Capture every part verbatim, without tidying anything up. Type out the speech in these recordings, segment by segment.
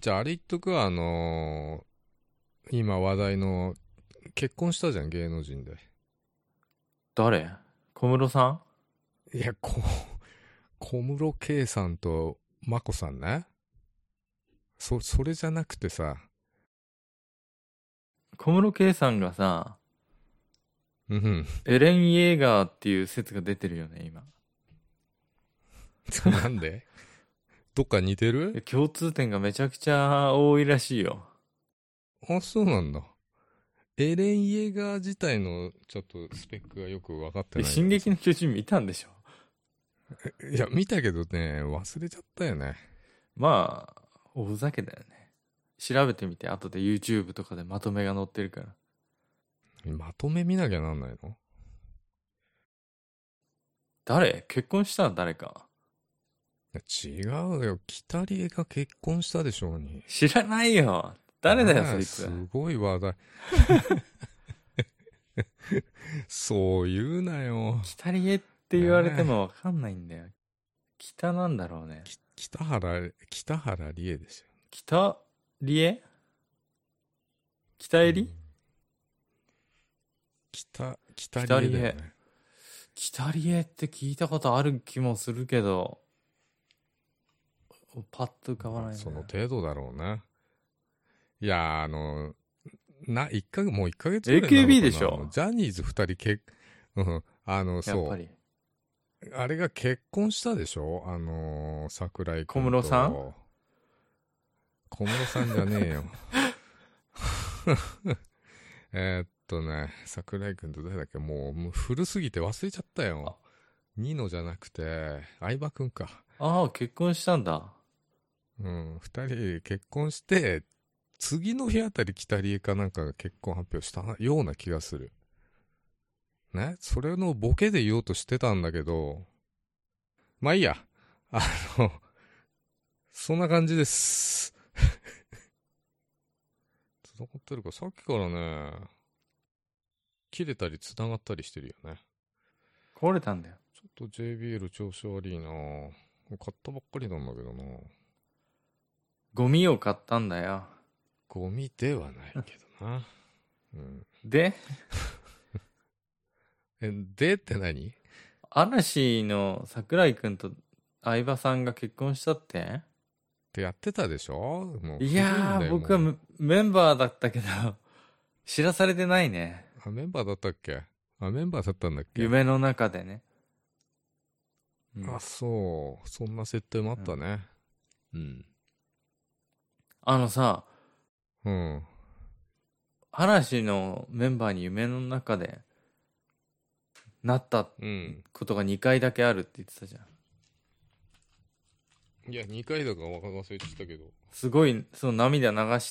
じゃああれ言っとくわ、あのー、今話題の結婚したじゃん、芸能人で。 誰？小室さいや、こ、小室圭さんと眞子さんね。そ、それじゃなくてさ、 ん？小室圭さんがさ、 うん。 エレン・イェーガーっていう説が出てるよね、今。 なんでどっか似てる？ 共通点がめちゃくちゃ多いらしいよ。 あ、そうなんだ。エレン・イェーガー自体のちょっとスペックがよく分かってえ、 ないからさ。 進撃の巨人見たんでしょ？ いや、見たけどね、忘れちゃったよね。 まあ、おふざけだよね。調べてみて、後で YouTube とかでまとめが載ってるから。 まとめ見なきゃなんないの？ 誰？結婚したの誰か。 いや違うよ。北里が結婚したでしょうに。 知らないよ。誰だよ、そいつ。 ねえすごい話題。そう言うなよ。 北リエって言われてもわかんないんだよ。北なんだろうね。 き北原、北原理恵ですよ。 北リエ？北エリ、 うん北、北理恵だよね。 北リエって聞いたことある気もするけど、パッと浮かばないね。 その程度だろうな。いや、あの、な、一ヶ月、もう一ヶ月ぐらいなのかな。 エーケービー でしょ？ あのジャニーズ二人け、うん、あの、 やっそぱり。 う。あれが結婚したでしょ？あの、桜井君と。 小室さん？ 小室さんじゃねえよ。えーっとね、桜井君と誰だっけ？もう、もう古すぎて忘れちゃったよ。ニノじゃなくて、相葉君か。 ああ、結婚したんだ。 うん、二人結婚して、次の日あたり北里かなんかが結婚発表したような気がする。ね、それのボケで言おうとしてたんだけど、まあいいや。あの、そんな感じです。繋がってるか、さっきからね、切れたり繋がったりしてるよね。 壊れたんだよ。 ちょっと ジェイビーエル 調子悪いな。買ったばっかりなんだけどな。 ゴミを買ったんだよ。 ゴミではないけどな。うん。 で、 え、でって何？ 嵐の桜井くんと相葉さんが結婚したって？ ってやってたでしょ？もう古いんいやー、 だよ。 僕はもうメンバーだったけど、知らされてないね。 あ、メンバーだったっけ？あ、メンバーだったんだっけ？ 夢の中でね。うん、 あ、そう。そんな設定もあったね。うん。 あのさ、 うん。 嵐のメンバーに夢の中でなったうん。 ことがにかいだけあるって言ってたじゃん。 いや、にかいだか忘れてたけど。 すごい、その涙流して、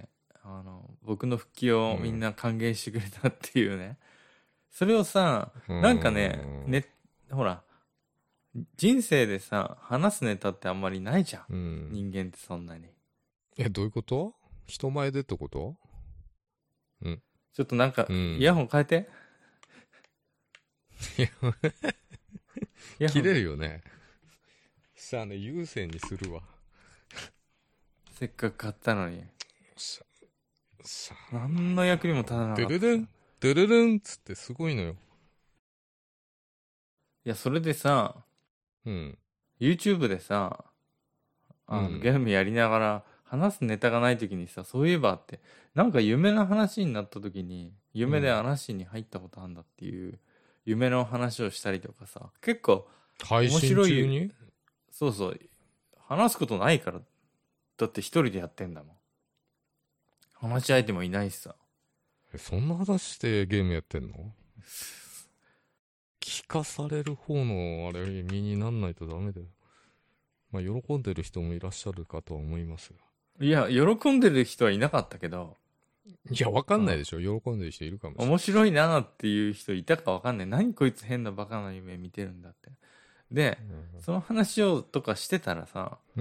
あの、僕の復帰をみんな歓迎してくれたっていうね。それをさ、 うん。 なんかね、ね、ほら、人生でさ、話すネタってあんまりないじゃん。 うん。 人間ってそんなに。 え、どういうこと？人前でってこと？うん。 ちょっとなんか、 うんイヤホン変えて。イヤホ切れン、 るよね。さあね、有線にするわ。 せっかく買ったのに。 さ、さ何の役にも立たなかった。 ドゥルルン、ドゥルルンっつってすごいのよ。 いや、それでさ、 うん。 YouTube でさ、あの、 うんゲームやりながら、話すネタがない時にさ、そういえばって、なんか夢の話になった時に、夢で嵐に入ったことあるんだっていう、夢の話をしたりとかさ、結構、 配信面白い中に？ そうそう、話すことないから、だって一人でやってんだもん。話し相手もいないしさ。 え、そんな話してゲームやってんの？聞かされる方のあれ身になんないとダメだよ。まあ喜んでる人もいらっしゃるかとは思いますが。 いや、喜んでる人はいなかったけど、 いや、わかんないでしょ。喜んでる人いるかもしれない。 面白いなっていう人いたかわかんない。何こいつ変なバカな夢見てるんだって。で、その話をとかしてたらさ、 うん。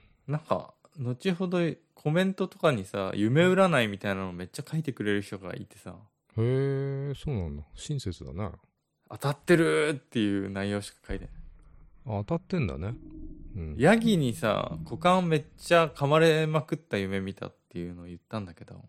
なんか、後ほどコメントとかにさ、夢占いみたいなのめっちゃ書いてくれる人がいてさ、 へえ、そうなんだ。親切だな。 当たってるっていう内容しか書いてない。 あ、当たってんだね。 うん、 ヤギにさ股間めっちゃ噛まれまくった夢見たっていうのを言ったんだけど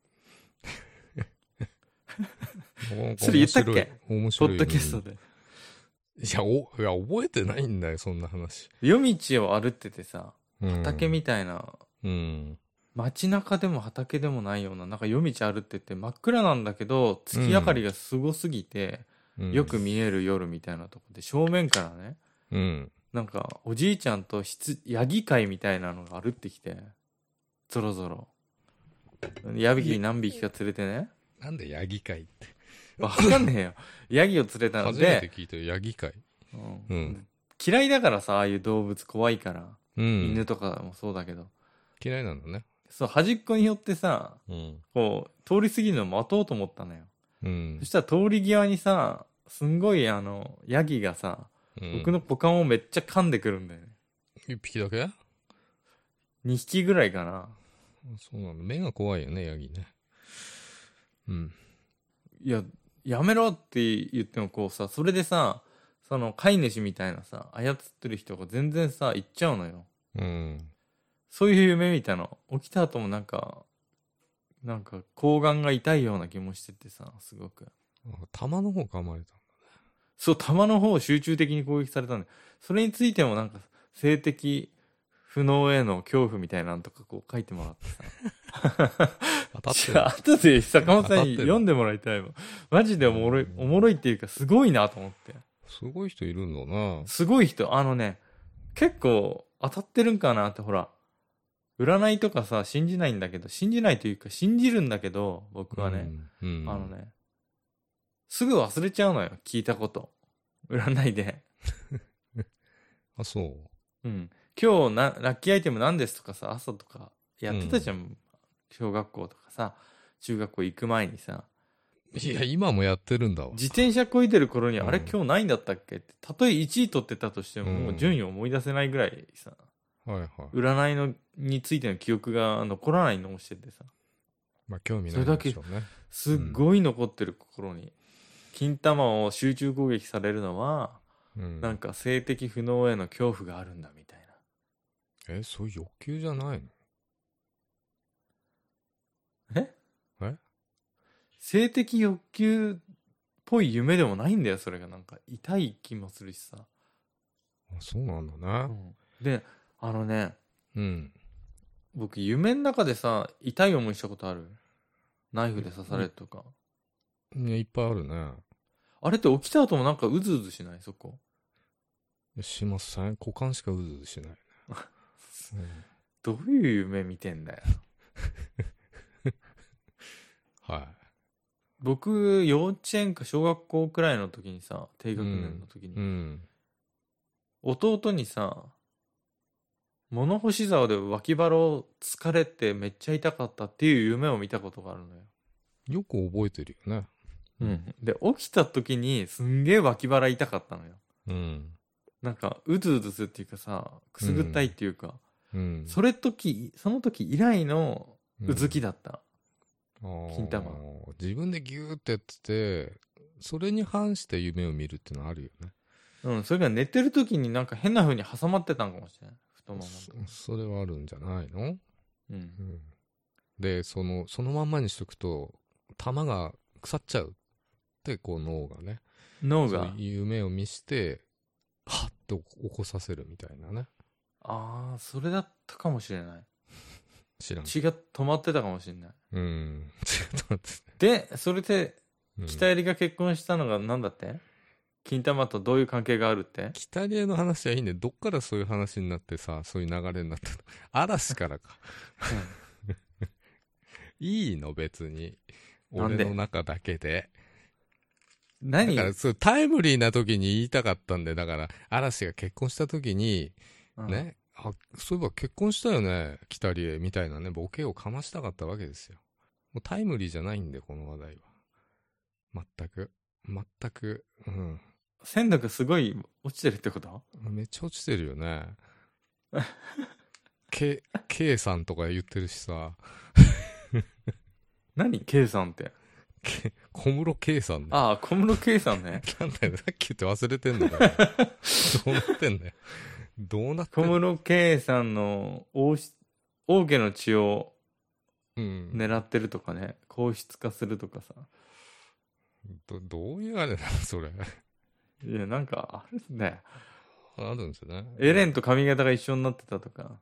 それ言ったっけ？ 面白い。 ポッドキャストで。 いや、お、いや、覚えてないんだよ、そんな話。 夜道を歩っててさ、 うん、 畑みたいな、 うん、 街中でも畑でもないような、なんか夜道歩ってて真っ暗なんだけど、月明かりがすごすぎて、うん、よく見える夜みたいなとこで、正面からね、 うん、 なんかおじいちゃんとヤギ飼いみたいなのが歩ってきて、ぞろぞろ。ヤギ何匹か連れてね。 なんでヤギ飼いって。 わかんねえよ。ヤギを連れたので。 初めて聞いたよ、ヤギ飼い。 うんうん、嫌いだからさ、ああいう動物怖いから。うん、犬とかもそうだけど。 嫌いなんだね。 そう、端っこによってさ、 うん、 こう、通り過ぎるのを待とうと思ったのよ。 うん、 そしたら通り際にさ、すんごいあの、ヤギがさ、うん、僕の股間をめっちゃ噛んでくるんだよね。 一匹だけ？ 二匹ぐらいかな。 そうなの。目が怖いよね、ヤギね。うん。 いや、やめろって言ってもこうさ、それでさ、その飼い主みたいなさ、操ってる人が全然さ、行っちゃうのよ。 うん。 そういう夢見たの。起きた後もなんか、なんか、睾丸が痛いような気もしててさ、すごく。 玉の方噛まれたんだね。 そう、玉の方を集中的に攻撃されたんだよ。それについてもなんか、性的不能への恐怖みたいなのとかこう書いてもらってさ。当たってる。後で坂本さんに読んでもらいたいわ。マジでおもろい、おもろいっていうかすごいなと思って。 すごい人いるんだな。 すごい人。あのね、結構当たってるんかなってほら、占いとかさ、信じないんだけど、信じないというか信じるんだけど、僕はね、 うんうん、 あのね、すぐ忘れちゃうのよ、聞いたこと。占いで。 あ、そう。 うん。今日な、ラッキーアイテム何ですとかさ、朝とかやってたじゃん。うん、小学校とかさ、中学校行く前にさ。 いや、今もやってるんだわ。 自転車こいでる頃に、うん、あれ今日ないんだったっけって、たとえいちい取ってたとしても、うん、もう順位を思い出せないぐらいさ、 はいはい、 占いのについての記憶が残らないのをしててさ。 まあ興味ないんでしょうね。 すっごい残ってる心に。金玉を集中攻撃されるのは、うん、なんか性的不能への恐怖があるんだみたいな。 え、そういう欲求じゃないの？ ええ性的欲求っぽい夢でもないんだよ、それが。なんか痛い気もするしさ。 あ、そうなんだね。 うん、で、あのね、 うん。 僕、夢の中でさ、痛い思いしたことある？ナイフで刺されるとか。 いや、いっぱいあるね。 あれって起きた後もなんかうずうずしない？そこ。 しません。股間しかうずうずしない、ね。 うん、どういう夢見てんだよ。 はい。 僕、幼稚園か小学校くらいの時にさ、低学年の時に、 うんうん、 弟にさ、物干し竿で脇腹を突かれてめっちゃ痛かったっていう夢を見たことがあるのよ。 よく覚えてるよね。 うん。で、起きた時にすんげえ脇腹痛かったのよ。 うん。 なんか、うずうずするっていうかさ、くすぐったいっていうか、 うん、 それ時、その時以来のうずきだった。うん、金玉。 自分でギューってやってて、それに反して夢を見るっていうのはあるよね。 うん、それが寝てる時になんか変な風に挟まってたんかもしれない。太ももの。 それはあるんじゃないの？うん。 うん、 で、その、そのまんまにしとくと、玉が腐っちゃうって、こう脳がね。 脳が。 そういう夢を見して、はっと起こさせるみたいなね。 ああ、それだったかもしれない。 知らん。 血が止まってたかもしれない。 うん。血が止まってた。で、それで、北入りが結婚したのが何だって？うん、金玉とどういう関係があるって？ 北入りの話はいいね。どっからそういう話になってさ、そういう流れになったの？嵐からか。いいの別に。俺の中だけで。 何？ だからそうタイムリーな時に言いたかったんで、だから嵐が結婚した時に、うん、ね、あ、そういえば結婚したよね、北里へみたいなね、ボケをかましたかったわけですよ。もうタイムリーじゃないんで、この話題は。全く。全く。うん。 鮮度がすごい落ちてるってこと？ めっちゃ落ちてるよね。K、K さんとか言ってるしさ。 何 K さんって。 小室圭さんね。 ああ、小室圭さんね。 なんだよ、さっき言って忘れてんのかよ。どうなってんだよ。 どうなって小んの？ 室圭さんの王し王家の血をうん。 狙ってるとかね、皇室化するとかさ。 ど、どういうあれなのそれ。 いや、なんかあるんだよ。 あるんですね。 エレンと髪型が一緒になってたとか。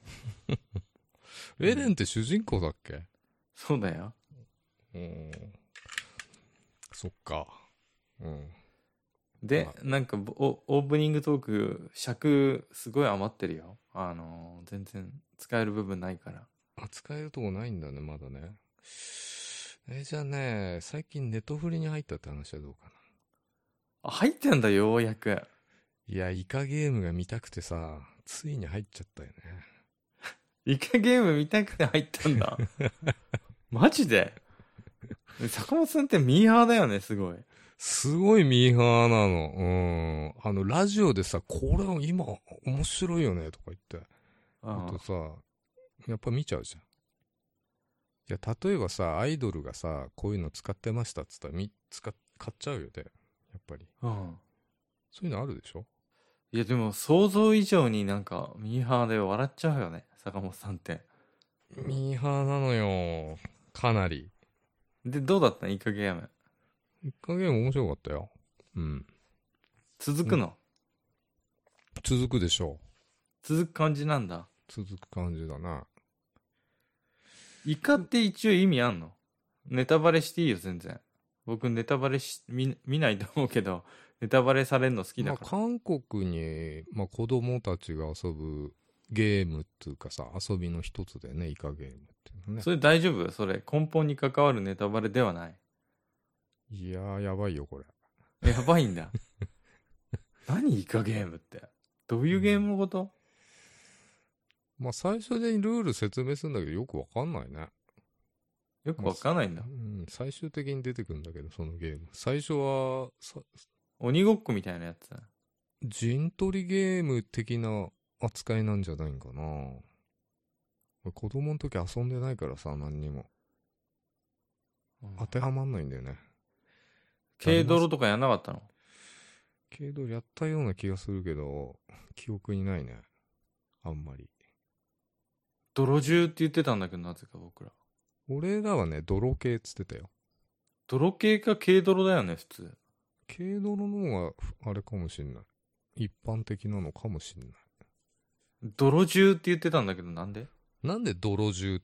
エレンって主人公だっけ？ そうだよ。 うん。そっか。うん。 でま、 なんかオオープニングトーク、尺すごい余ってるよ。あのー全然使える部分ないから。 あ、使えるとこないんだね、まだね。え、じゃあね、最近ネトフリに入ったって話はどうかな。 あ、入ってんだ、ようやく。 いや、イカゲームが見たくてさ、ついに入っちゃったよね。 イカゲーム見たくて入ったんだ。マジで坂本さんってミーハーだよね、すごい。 すごいミーハーなの。うん。あの、ラジオでさ、これ今面白いよね、とか言って。あとさ、やっぱ見ちゃうじゃん。いや、例えばさ、アイドルがさ、こういうの使ってましたっつったら、み、使っ、買っちゃうよね。やっぱり。 うん。 そういうのあるでしょ？ いや、でも想像以上になんかミーハーで笑っちゃうよね、坂本さんって。 ミーハーなのよ。かなり。 で、どうだったのイカゲーム。 イカゲーム面白かったよ。うん。 続くの？ 続くでしょ続く感じなんだ。 う。続く感じだな。 イカって一応意味あんの？ネタバレしていいよ、全然。僕ネタバレし見、見ないと思うけど、ネタバレされるの好きだまあ、 から。 韓国に、まあ、子供たちが遊ぶゲームっていうかさ、遊びの一つでね、イカゲームっていうのね。 それ大丈夫？それ根本に関わるネタバレではない？ いやー、やばいよ、これ。 やばいんだ。何イカゲームって。どういうゲームのこと？ まあ、最初でルール説明するんだけど、よくわかんないね。 よくわかんないんだう。ん、最終的に出てくるんだけど、そのゲーム。最初は、さ、 鬼ごっこみたいなやつ。 陣取りゲーム的な扱いなんじゃないんかな。俺子供の時遊んでないからさ、何にも。当てはまんないんだよね。 軽泥とかやんなかったの？ けど、やったような気がするけど、記憶にないね。あんまり。 泥銃って言ってたんだけど、なぜか僕ら。 俺らはね、泥系っつってたよ。 泥系か軽泥だよね、普通。 軽泥の方が、あれかもしんない。一般的なのかもしんない。 泥銃って言ってたんだけど、なんで？ なんで泥銃って、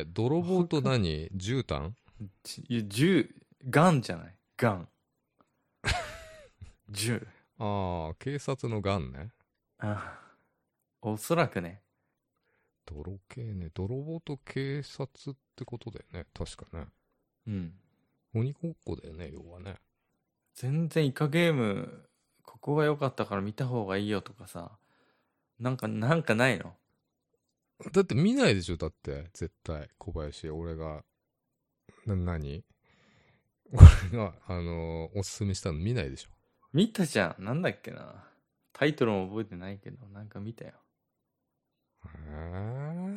泥棒と何？絨毯？ いや、銃、ガンじゃない。ガン。銃。 ああ、警察のガンね。 ああ。おそらくね。 泥系ね。泥棒と警察ってことだよね。確かね。 うん。 鬼ごっこだよね、要はね。 全然イカゲーム、ここが良かったから見た方がいいよとかさ。なんか、なんかないの？ だって見ないでしょ、だって。絶対。小林、俺が。な、何俺が、あのーおすすめしたの見ないでしょ。 見たじゃん。なんだっけな。タイトルも覚えてないけど、なんか見たよ。 へえ。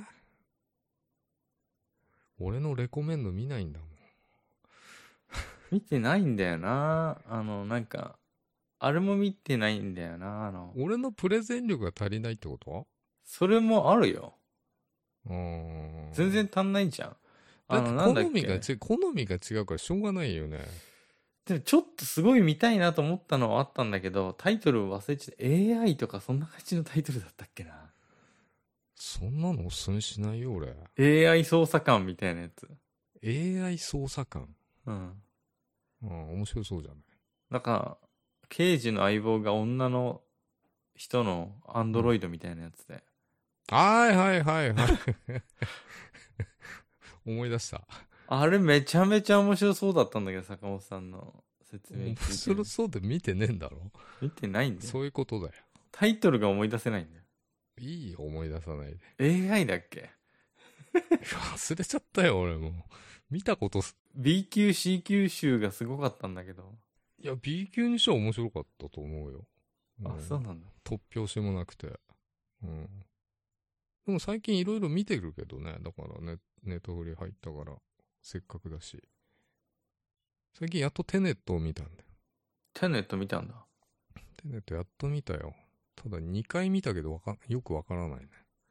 俺のレコメンド見ないんだもん。 見てないんだよな。あの、なんか、あれも見てないんだよな。あの、 俺のプレゼン力が足りないってこと？ それもあるよ。 うーん。 全然足んないじゃん。あの、 だってなんだっけ。 好みがち、好みが違うからしょうがないよね。 でもちょっとすごい見たいなと思ったのはあったんだけど、タイトル忘れちゃって、エーアイ とかそんな感じのタイトルだったっけな。 そんなのおすすめしないよ、俺。 エーアイ 捜査官みたいなやつ。 エーアイ 捜査官。 うん。 うん、面白そうじゃない。 なんか、刑事の相棒が女の人のアンドロイドみたいなやつで。 はいはいはいはい。思い出した。 あれめちゃめちゃ面白そうだったんだけど、坂本さんの説明聞い面て。 白そうで見てねえんだろ。 見てないんだよ。 そういうことだよ。 タイトルが思い出せないんだよ。 いいよ、思い出さないで。 エーアイ だっけ？ 忘れちゃったよ、俺も。見たことす、 B 級 C 級集がすごかったんだけど。 いや、B 級にしては面白かったと思うよ。 あ、 んそうなんだ。 突拍子もなくて。うん。でも最近いろいろ見てるけどね。だからね、ネットフリ入ったから、せっかくだし。最近やっとテネットを見たんだよ。 テネット見たんだ。 テネットやっと見たよ。 ただにかい見たけどわかよくわからないね。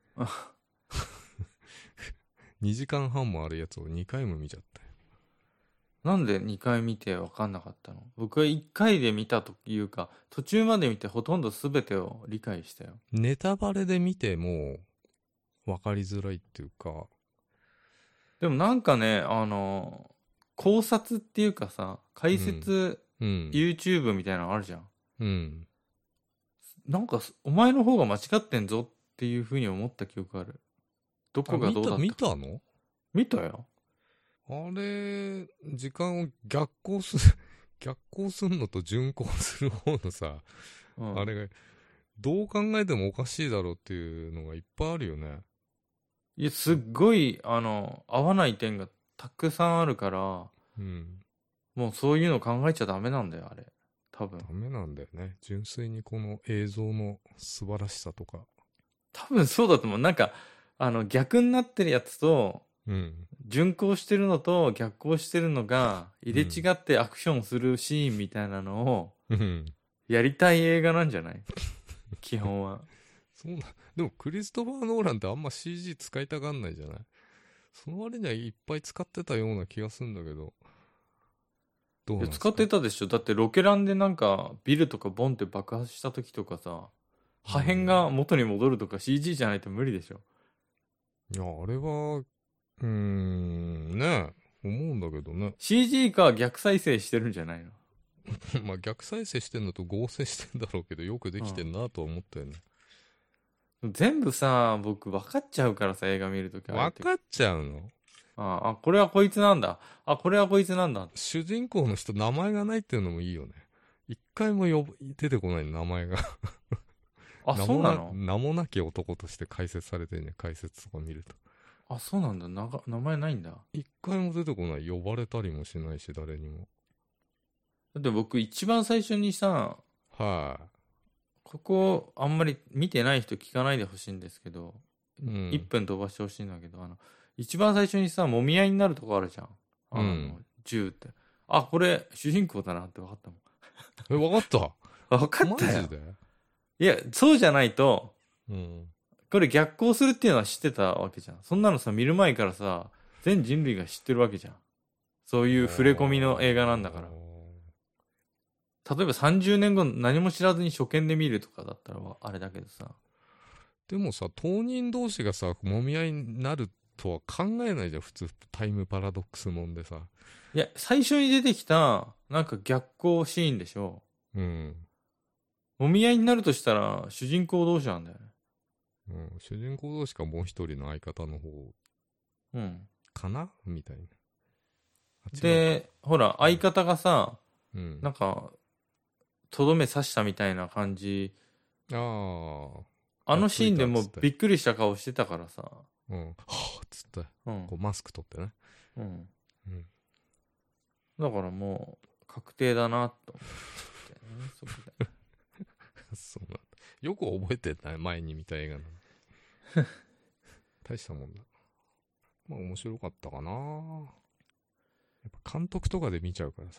にじかんはんもあるやつをにかいも見ちゃったよ。 なんでにかい見て分かんなかったの？僕はいっかいで見たというか、途中まで見てほとんど全てを理解したよ。 ネタバレで見ても分かりづらいっていうか。 でもなんかね、あの、考察っていうかさ、解説、 うん、 YouTube みたいなのあるじゃん。 うん。 なんか、お前の方が間違ってんぞっていうふうに思った記憶ある。どこがどうだったか。 見た、見たの？ 見たよ。 あれ、時間を逆行する、逆行するのと順行する方のさ、うん、あれが、どう考えてもおかしいだろうっていうのがいっぱいあるよね。 いや、すっごい、あの、合わない点がたくさんあるから、 うん。 もうそういうの考えちゃダメなんだよ、あれ。多分。 ダメなんだよね。純粋にこの映像の素晴らしさとか。 多分そうだと思う。なんか、あの、逆になってるやつと、 うん。 順行してるのと逆行してるのが入れ違ってアクションするシーンみたいなのをやりたい映画なんじゃない？基本は。 そうな。でもクリストファー・ノーランってあんま シージー 使いたがんないじゃない？その割にはいっぱい使ってたような気がするんだけど。どうなんですか？ 使ってたでしょ。だってロケランでなんかビルとかボンって爆発した時とかさ、破片が元に戻るとか シージー じゃないと無理でしょ。 いや、あれは、うーん、ねえ、思うんだけどね。 シージー か逆再生してるんじゃないの？ まあ逆再生してんのと合成してんだろうけど、よくできてんなとは思ったよね。 うん、全部さ、僕分かっちゃうからさ、映画見るとき。 分かっちゃうの？ ああ、これはこいつなんだ。あ、これはこいつなんだ。 主人公の人名前がないっていうのもいいよね。一回も呼出てこない名前が。 あ、そうなの？ 名もなき男として解説されてるね、解説とか見ると。 あ、そうなんだ。なが名前ないんだ。 一回も出てこない。呼ばれたりもしないし、誰にも。 だって僕一番最初にさ、 はい、あ、 ここあんまり見てない人聞かないでほしいんですけど、 うん、 いっぷん飛ばしてほしいんだけど、あの、一番最初にさ、揉み合いになるとこあるじゃん。あの、うん、銃って。あ、これ主人公だなって分かったもん。 え、分かった分かったよ。 マジで？ いや、そうじゃないと、 うん。 これ逆行するっていうのは知ってたわけじゃん。そんなのさ、見る前からさ、全人類が知ってるわけじゃん。そういう触れ込みの映画なんだから。例えばさんじゅうねんご何も知らずに初見で見るとかだったらあれだけどさ。 でもさ、当人同士がさ、揉み合いになるとは考えないじゃん、普通。タイムパラドックスもんでさ。 いや、最初に出てきた、なんか逆行シーンでしょ。 うん。 揉み合いになるとしたら、主人公同士なんだよね。 うん。主人公同士かもう一人の相方の方。 うん。 かなみたいな。 で、ほら、相方がさ、 うん、 なんか、とどめ刺したみたいな感じ。 ああ。 あのシーンでもうびっくりした顔してたからさ。 うん。はぁっつって、 うん、 こうマスク取ってね。 うん。 うん。 だからもう、確定だなと思って、ね。そこでそうなんだ。よく覚えてない、前に見た映画なの。大したもんだ。まあ面白かったかな。やっぱ監督とかで見ちゃうからさ。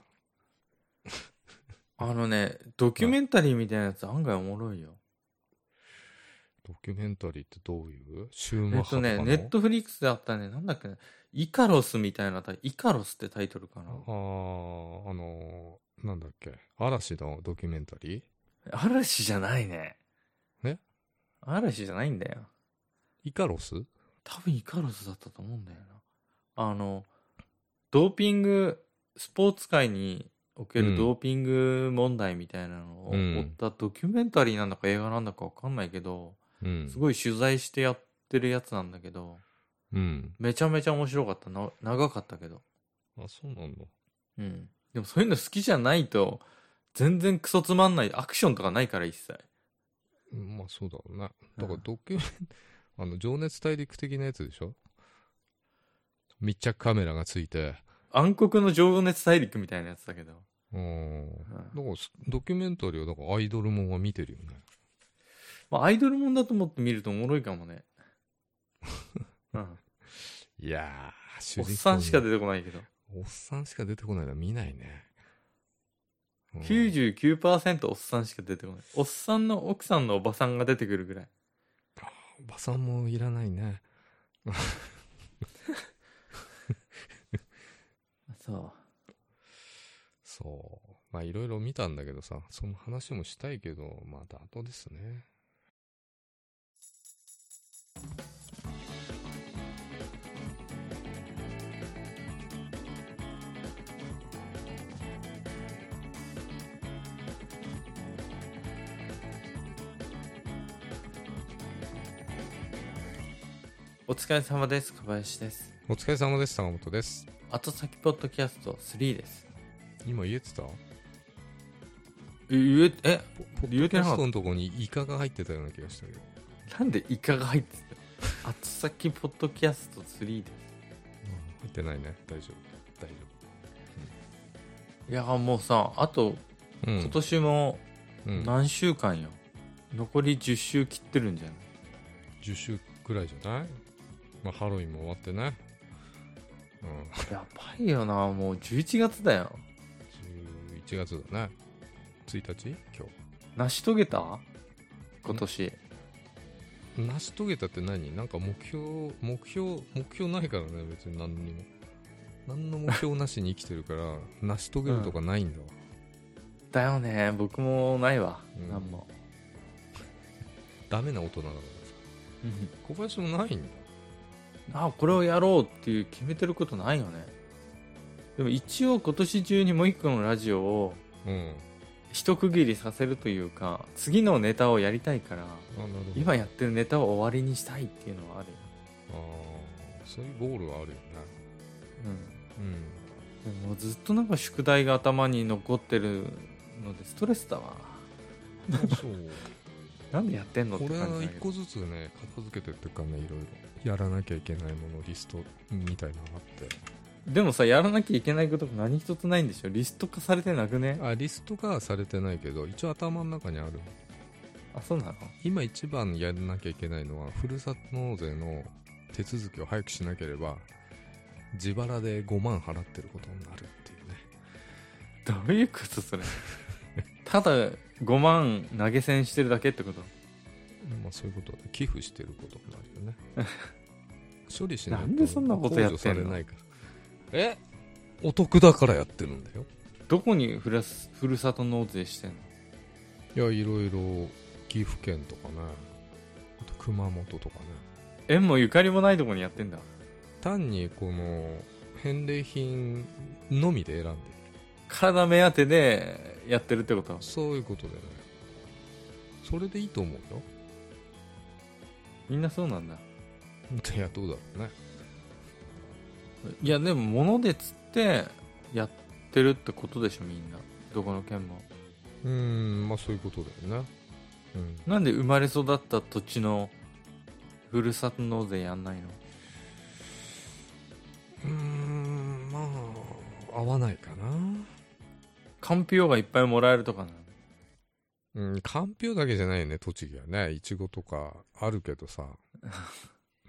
あのね、ドキュメンタリーみたいなやつ案外おもろいよ。 ドキュメンタリーってどういうシューマッハとかの？ えっとね、ネットフリックスであったね、なんだっけね、イカロスみたいな、イカロスってタイトルかな。ああ、あのー、なんだっけ、嵐のドキュメンタリー？ 嵐じゃないね。 え？ 嵐じゃないんだよ。 イカロス？ 多分イカロスだったと思うんだよな。あの、ドーピング、スポーツ界におけるドーピング問題みたいなのを追ったドキュメンタリーなんだか映画なんだかわかんないけど、うん、すごい取材してやってるやつなんだけど、うん、めちゃめちゃ面白かったな。長かったけど。 あ、そうなんだ。 うん。でもそういうの好きじゃないと全然クソつまんない。アクションとかないから一切。 まあそうだろうね。だからドキュメン、うん、あの情熱大陸的なやつでしょ？密着カメラがついて。 暗黒の情熱大陸みたいなやつだけど。 うん。だからドキュメンタリーはだからアイドルもんは見てるよね。 まあアイドルもんだと思って見るとおもろいかもね。うん。 いやー、 おっさんしか出てこないけど。 おっさんしか出てこないのは見ないね。 きゅうじゅうきゅうパーセント おっさんしか出てこない。おっさんの奥さんのおばさんが出てくるぐらい。 おばさんもいらないね。 そう。 そう。まあいろいろ見たんだけどさ、その話もしたいけど、また後ですね。 お疲れ様です。小林です。 お疲れ様です。坂本です。 後先ポッドキャストスリーです。 今言えてた？ 言え、え、 ポッドキャストのとこにイカが入ってたような気がしたけど。 なんでイカが入ってた？後先ポッドキャストスリーです。 入ってないね。大丈夫。大丈夫。いや、もうさ、あと、うん、今年も何週間よ、うん。残りじゅっ週切ってるんじゃない？ じゅっ 週くらいじゃない？まあ、ハロウィンも終わってね。 うん。やばいよな、もうじゅういちがつだよ。 じゅういちがつだね。ついたち？今日。 成し遂げた？今年。 成し遂げたって何？なんか目標、目標、目標ないからね、別に何にも。何の目標なしに生きてるから、成し遂げるとかないんだわ。 うん、だよね、僕もないわ。うん、なんも。 ダメな大人だからさ。小林もないんだ。 あ、これをやろうっていう決めてることないよね。でも一応今年中にもう一個のラジオを一区切りさせるというか、次のネタをやりたいから、今やってるネタを終わりにしたいっていうのはあるよ。 ああ、そういうゴールはあるよね。 うん、うん、でもずっとなんか宿題が頭に残ってるのでストレスだわ。 そうなんでやってんのって感じだけど、これは一個ずつね片付けてっていうかね、いろいろやらなきゃいけないものリストみたいなのがあって。 でもさ、やらなきゃいけないことが何一つないんでしょ？リスト化されてなくね？ あ、リスト化はされてないけど、一応頭の中にある。 あ、そうなの？ 今一番やらなきゃいけないのは、ふるさと納税の手続きを早くしなければ自腹でごまん払ってることになるっていうね。 どういうことそれ？ただごまん投げ銭してるだけってこと？ まあそういうことで寄付してることになるよね。処理しないとなんでそんなことやってんの？ ないから。え？お得だからやってるんだよ。 どこにふるふるさと納税してんの？ いや、いろいろ岐阜県とかね、あと熊本とかね。 縁もゆかりもないとこにやってんだ。 単にこの返礼品のみで選んでる。 体目当てでやってるってこと？ そういうことだよね。それでいいと思うよ。 みんなそうなんだ。 いや、どうだろうね。 いや、でも物で釣ってやってるってことでしょ、みんな。どこの県も。 うーん、まあそういうことだよね。 うん、なんで生まれ育った土地のふるさと納税やんないの？ うーん、まあ合わないかな。 かんぴょうがいっぱいもらえるとかな。 うん、かんぴょうだけじゃないよね、栃木はね。いちごとかあるけどさ。うん。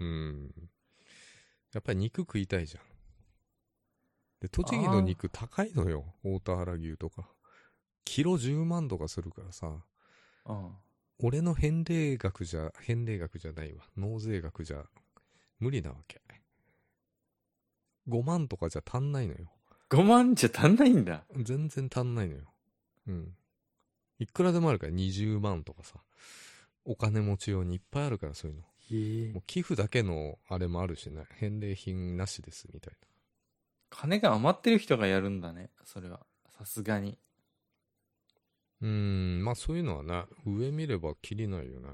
やっぱり肉食いたいじゃん。で、栃木の肉高いのよ。大田原牛とか。キロじゅうまんとかするからさ。 ああ、 俺の返礼額じゃ、返礼額じゃないわ。納税額じゃ無理なわけ。ごまんとかじゃ足んないのよ。 ごまんじゃ足んないんだ。 全然足んないのよ。うん。いくらでもあるからにじゅうまんとかさ。お金持ち用にいっぱいあるから、そういうの。 へえ。 もう寄付だけのあれもあるしね。返礼品なしですみたいな。 金が余ってる人がやるんだね、それは。さすがに。 うーん、まあそういうのはね、上見ればきりないよね。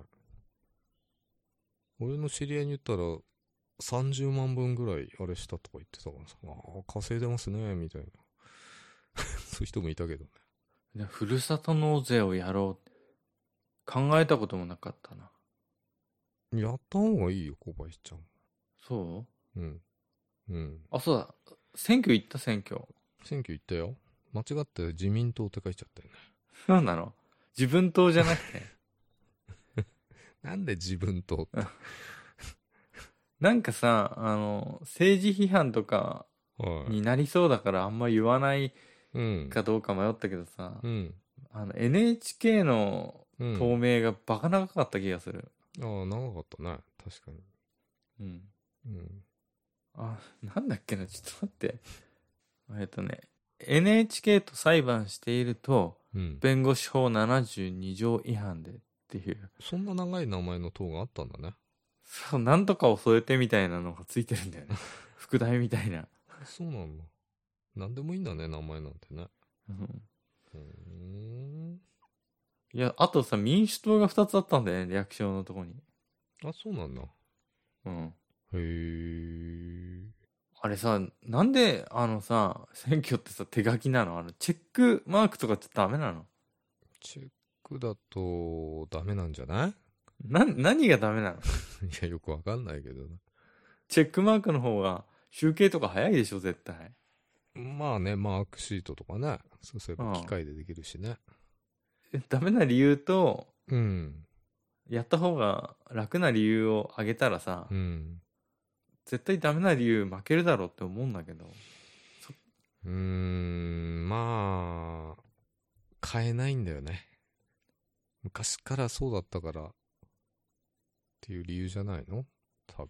俺の知り合いに言ったらさんじゅうまんぶんぐらいあれしたとか言ってたからさ、ああ、稼いでますね、みたいな。そういう人もいたけどね。 ふるさと納税をやろう。考えたこともなかったな。 やった方がいいよ、小林ちゃん。 そう？ うん。うん。 あ、そうだ。選挙行った選挙。 選挙行ったよ。間違って自民党って書いちゃったよね。 そうなの？自分党じゃなくて。 なんで自分党って。 なんかさ、あの、政治批判とかになりそうだからあんま言わないうん。 かどうか迷ったけどさ、 うん。 あの エヌエイチケー のうん。 透明がバカ長かった気がする。 ああ、長かったね。確かに。 うん。 うん。 あ、なんだっけな、ちょっと待って。えっとね、エヌエイチケー と裁判していると、 うん。 弁護士法ななじゅうに条違反でっていう、 そんな長い名前の塔があったんだね。 そう、なんとかを添えてみたいなのがついてるんだよね。副題みたいな。 そうなんだ。なんでもいいんだね、名前なんてね。 うんうーん。 いや、あとさ、民主党がふたつあったんだよね、略称のとこに。 あ、そうなんだ。 うん。 へえ。 あれさ、なんで、あのさ、選挙ってさ、手書きなの？あの、チェックマークとかってダメなの？ チェックだとダメなんじゃない？ な、何がダメなの？ いや、よくわかんないけどな。 チェックマークの方が集計とか早いでしょ、絶対。 まあね、マークシートとかね。そうすればうん機械でできるしね。 えダメな理由と、 うん。 やった方が楽な理由を挙げたらさ、 うん。 絶対ダメな理由負けるだろうって思うんだけど。 うーん、まあ、変えないんだよね。昔からそうだったからっていう理由じゃないの？多分。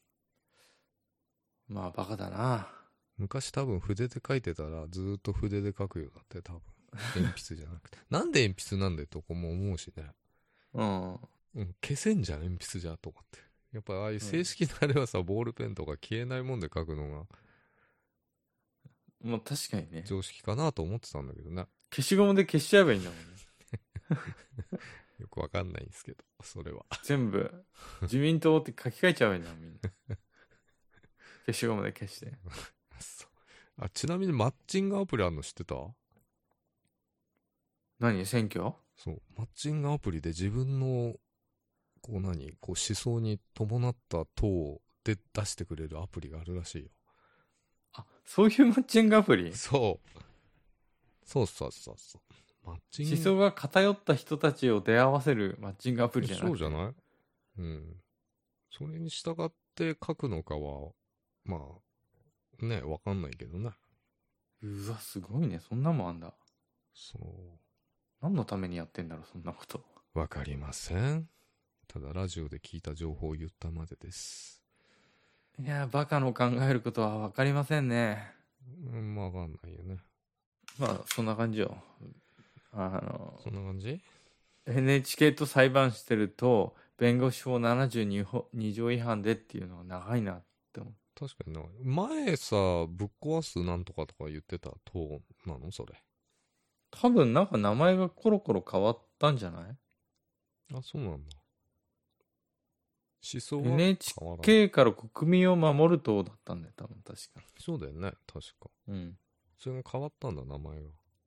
まあ、バカだな。 昔多分筆で書いてたらずーっと筆で書くようだって多分。鉛筆じゃなくて。なんで鉛筆なんだよとかも思うしね。 うん。 うん、消せんじゃん鉛筆じゃとかって。やっぱああいう正式なあれはさ、ボールペンとか消えないもんで書くのがまあ、確かにね。 常識かなと思ってたんだけどね。 消しゴムで消しちゃえばいいんだもんね。 よくわかんないんですけど、それは。 全部、自民党って書き換えちゃえばいいんだもん、みんな。消しゴムで消して。 そうあ、ちなみにマッチングアプリあるの知ってた？ 何？選挙？ そう。マッチングアプリで自分の、こう何こう思想に伴った党で出してくれるアプリがあるらしいよ。 あ、そういうマッチングアプリ？ そう。そうそうそうそう。マッチング。 思想が偏った人たちを出会わせるマッチングアプリじゃなくて。 そうじゃない？うん。それに従って書くのかは、まあ、ね、わかんないけどね。 うわ、すごいね。そんなもんあんだ。 そ何のためにやってんだろう、そんなこと。 う。わかりません。ただラジオで聞いた情報を言ったまでです。 いや、バカの考えることは分かりませんね。 うん、まあわかんないよね。 まあ、そんな感じよ。あの、 そんな感じ？ エヌエイチケー と裁判してると、弁護士法ななじゅうに条違反でっていうのは長いなって思う。 確かにな。前さ、ぶっ壊すなんとかとか言ってた党なのそれ。 多分なんか名前がコロコロ変わったんじゃない？ あ、そうなんだ。思想は変わらない。 エヌエイチケー から国民を守る党だったんだよ、多分確か。 そうだよね、確か。 うん。 それが変わったんだ、名前が。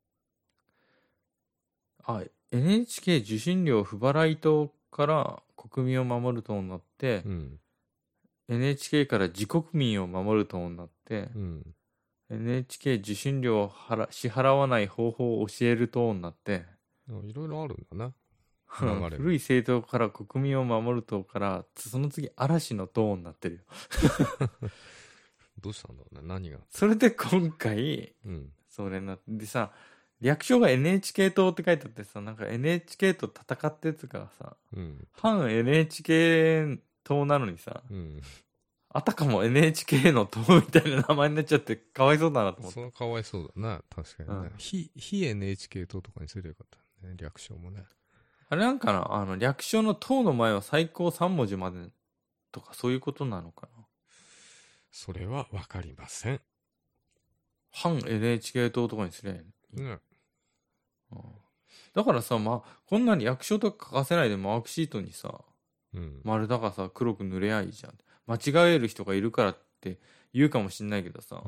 あ、エヌエイチケー 受信料不払い党から国民を守る党になって、 うん。 エヌエイチケー から自国民を守る党になって、 うん。 エヌエイチケー 受信料を払支払わない方法を教える党になって、 いろいろあるんだね。 うん流れが古い政党から国民を守る党からその次嵐の党になってるよ。 どうしたんだろうね、何が。 それで今回うん。 それになってでさ、略称が エヌエイチケー 党って書いてあってさ、なんか エヌエイチケー と戦ってつかさ、 うん。 反 エヌエイチケー 党なのにさ、 うん。 あたかも エヌエイチケー の党みたいな名前になっちゃってかわいそうだなと思って。 それはかわいそうだな、確かにね。 うん非、非 エヌエイチケー 党とかにすればよかったね、略称もね。 あれなんかな、あの略称の党の前は最高さん文字までとかそういうことなのかな。 それはわかりません。 反 エヌエイチケー 党とかにすりゃいい、 ね。 うん、だからさ、まあ、こんなに略称とか書かせないでマークシートにさ、 うん。 丸だかさ、黒く塗れやいいじゃん。間違える人がいるからって言うかもしんないけどさ、 うん。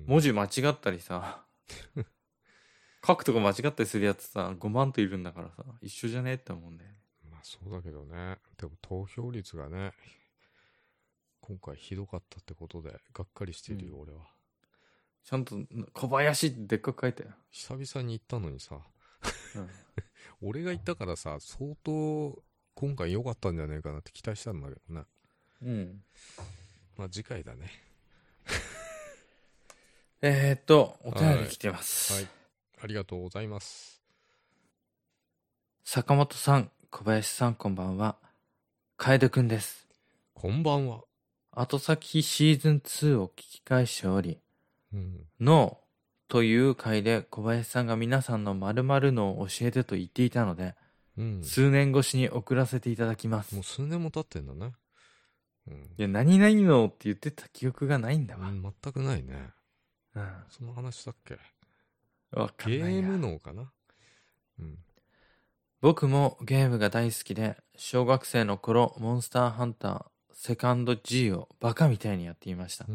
文字間違ったりさ、書くとこ間違ったりするやつさ、ごまんといるんだからさ、一緒じゃねえって思うんだよね。 まあそうだけどね。でも投票率がね、今回ひどかったってことで、がっかりしてるよ、 うん俺は。 ちゃんと小林ってでっかく書いたよ。 久々に行ったのにさ、 うん、 俺が行ったからさ、相当今回良かったんじゃねえかなって期待したんだけどね。 うん。 まあ次回だね。 えーっと、お便り来てます。 はい。 ありがとうございます。 坂本さん、小林さん、こんばんは。楓くんです。 こんばんは。 後先シーズンツーを聞き返しており、 うん、 ノーという回で小林さんが皆さんの〇〇のを教えてと言っていたので、 うん、 数年越しに送らせていただきます。 もう数年も経ってんだね。うん、 いや、何々のって言ってた記憶がないんだわ。 うん、全くないね。 うん。 その話だっけ？ わかんゲないや。 ーム脳かな。うん。 僕もゲームが大好きで、小学生の頃、モンスターハンターセカンド G をバカみたいにやっていました。 うん。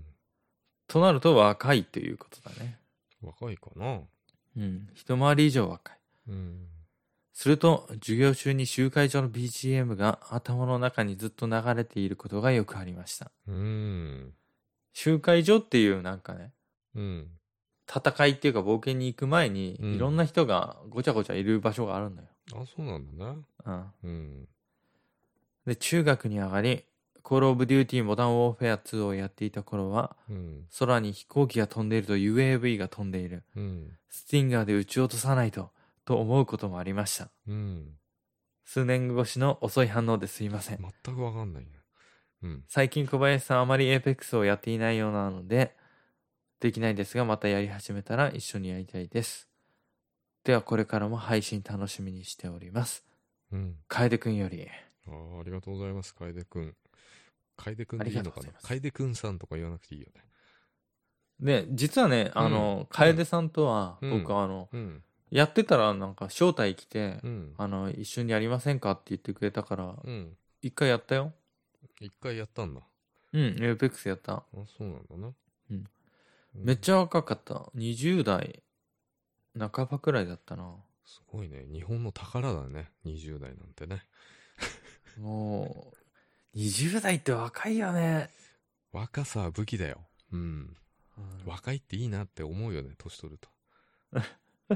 となると若いということだね。 若いかな。 うん。一回り以上若い。 うん。 すると、授業中に集会所の ビージーエム が頭の中にずっと流れていることがよくありました。 うん。 集会所っていうなんかね、 うん。 戦いっていうか冒険に行く前に、 うんいろんな人がごちゃごちゃいる場所があるんだよ。 あ、そうなんだね。 うん。 うん。 で、中学に上がり、コールオブデューティーモダンウォーフェアツーをやっていた頃は、 うん。 空に飛行機が飛んでいると ユーエーブイ が飛んでいる。 うん。 スティンガーで撃ち落とさないと、と思うこともありました。 うん。 数年越しの遅い反応ですいません。 全くわかんないね。うん。 最近小林さんあまりエーペックスをやっていないようなので、できないですが、またやり始めたら一緒にやりたいです。ではこれからも配信楽しみにしております。 うん。 楓くんより。 ああ、ありがとうございます、楓くん。楓くんでいいのかな。 ありがとうございます楓くんさんとか言わなくていいよね。 で、実はね、あの、楓さんとは、 うん僕はあの、 うん。 やってたらなんか招待来て、 うん。 あの、一緒にやりませんかって言ってくれたから、 うん。 一回やったよ。 一回やったんだ。 うん、エーペックスやった。 あ、そうなんだな。 うん。 うんめっちゃ若かった。にじゅう代半ばくらいだったな。 すごいね。日本の宝だね。にじゅう代なんてね。 もう、にじゅう代って若いよね。 若さは武器だよ。うん。 うん若いっていいなって思うよね、年取ると。うん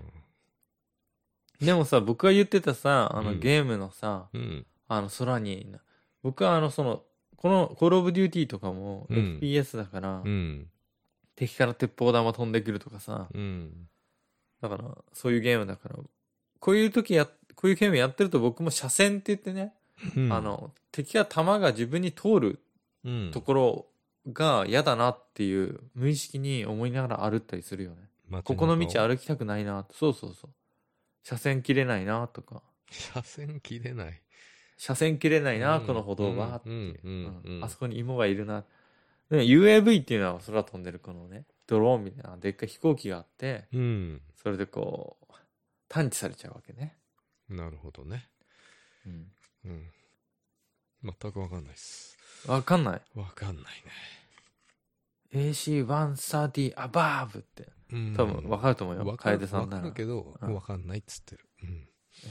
でもさ、僕が言ってたさ、あの、 うんゲームのさ、 うん。 あの、空に、僕はあの、その、この、コールオブデューティーとかも、 うんエフピーエス だから、 うん。 敵から鉄砲玉飛んでくるとかさ、 うん。 だから、そういうゲームだから、こういう時や、こういうゲームやってると僕も車線って言ってね、 うんあ、の、敵が弾が自分に通るうん。 ところが嫌だなっていう無意識に思いながら歩ったりするよね。ここの道歩きたくないな。そうそうそう。車線切れないなとか。 車線切れない。 車線切れないな、 うんこの歩道はって、 うんうんうんうんあそこに芋がいるな。で ユーエーブイ っていうのは空飛んでるこのね、ドローンみたいなでっかい飛行機があって、 うん。 それでこう、探知されちゃうわけね。 なるほどね。 うん。 うん。全くわかんないっす。 わかんない。 わかんないね。 エーシーワンサーティー アバーブって。 うん多分わかると思うよ。 わかる楓さんなら。 わかるけど、 うんわかんないっつってる。うん。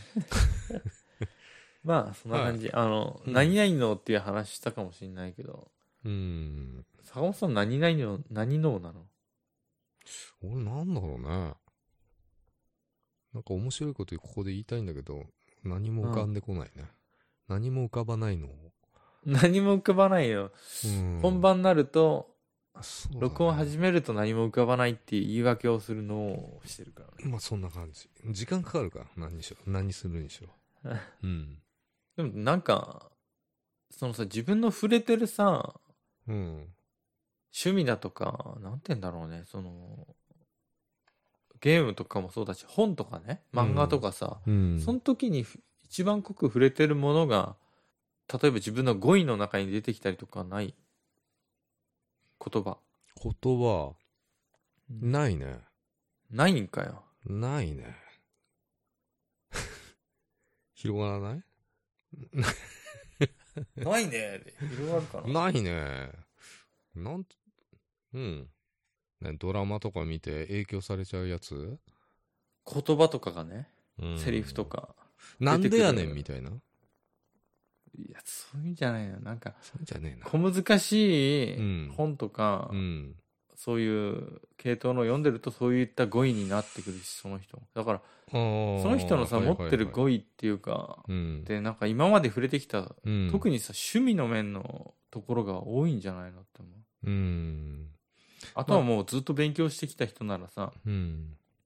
まあ、そんな感じ。あの、 うん何々のっていう話したかもしれないけど、 うん。 坂本さん何々の、何のなの？ 俺なんだろうね。なんか面白いことここで言いたいんだけど、何も浮かんでこないね。何も浮かばないのを。 何も浮かばないよ。 うん本番になると、 そうだね録音始めると何も浮かばないっていう言い訳をするのをしてるからね。 まあそんな感じ。時間かかるから、何にしろ。何するにしろ。うん。 でもなんか、そのさ、自分の触れてるさ、 うん。 趣味だとか、なんて言うんだろうね、その、ゲームとかもそうだし、本とかね、漫画とかさ、 うん。 その時にふ一番濃く触れてるものが、例えば自分の語彙の中に出てきたりとかない言葉。 言葉、ないね。 ないんかよ。 ないね。広がらないないね。広がるかな。 ないね。なんて、うん。ね、ドラマとか見て影響されちゃうやつ、 言葉とかがね、 うん、 セリフとか。 なんでやねんみたいな。 いや、そういうんじゃないの。なんか、 そうじゃねえな。 小難しうんい本とか、 うん。 そういう系統の読んでるとそういった語彙になってくるし、その人も。だから、 そその人のさ、 はいはいはい持ってる語彙っていうか、 うん。 で、なんか今まで触れてきた、 うん、 特にさ、趣味の面のところが多いんじゃないのって思う。 うん。 あとはもうずっと勉強してきた人ならさ、 うん。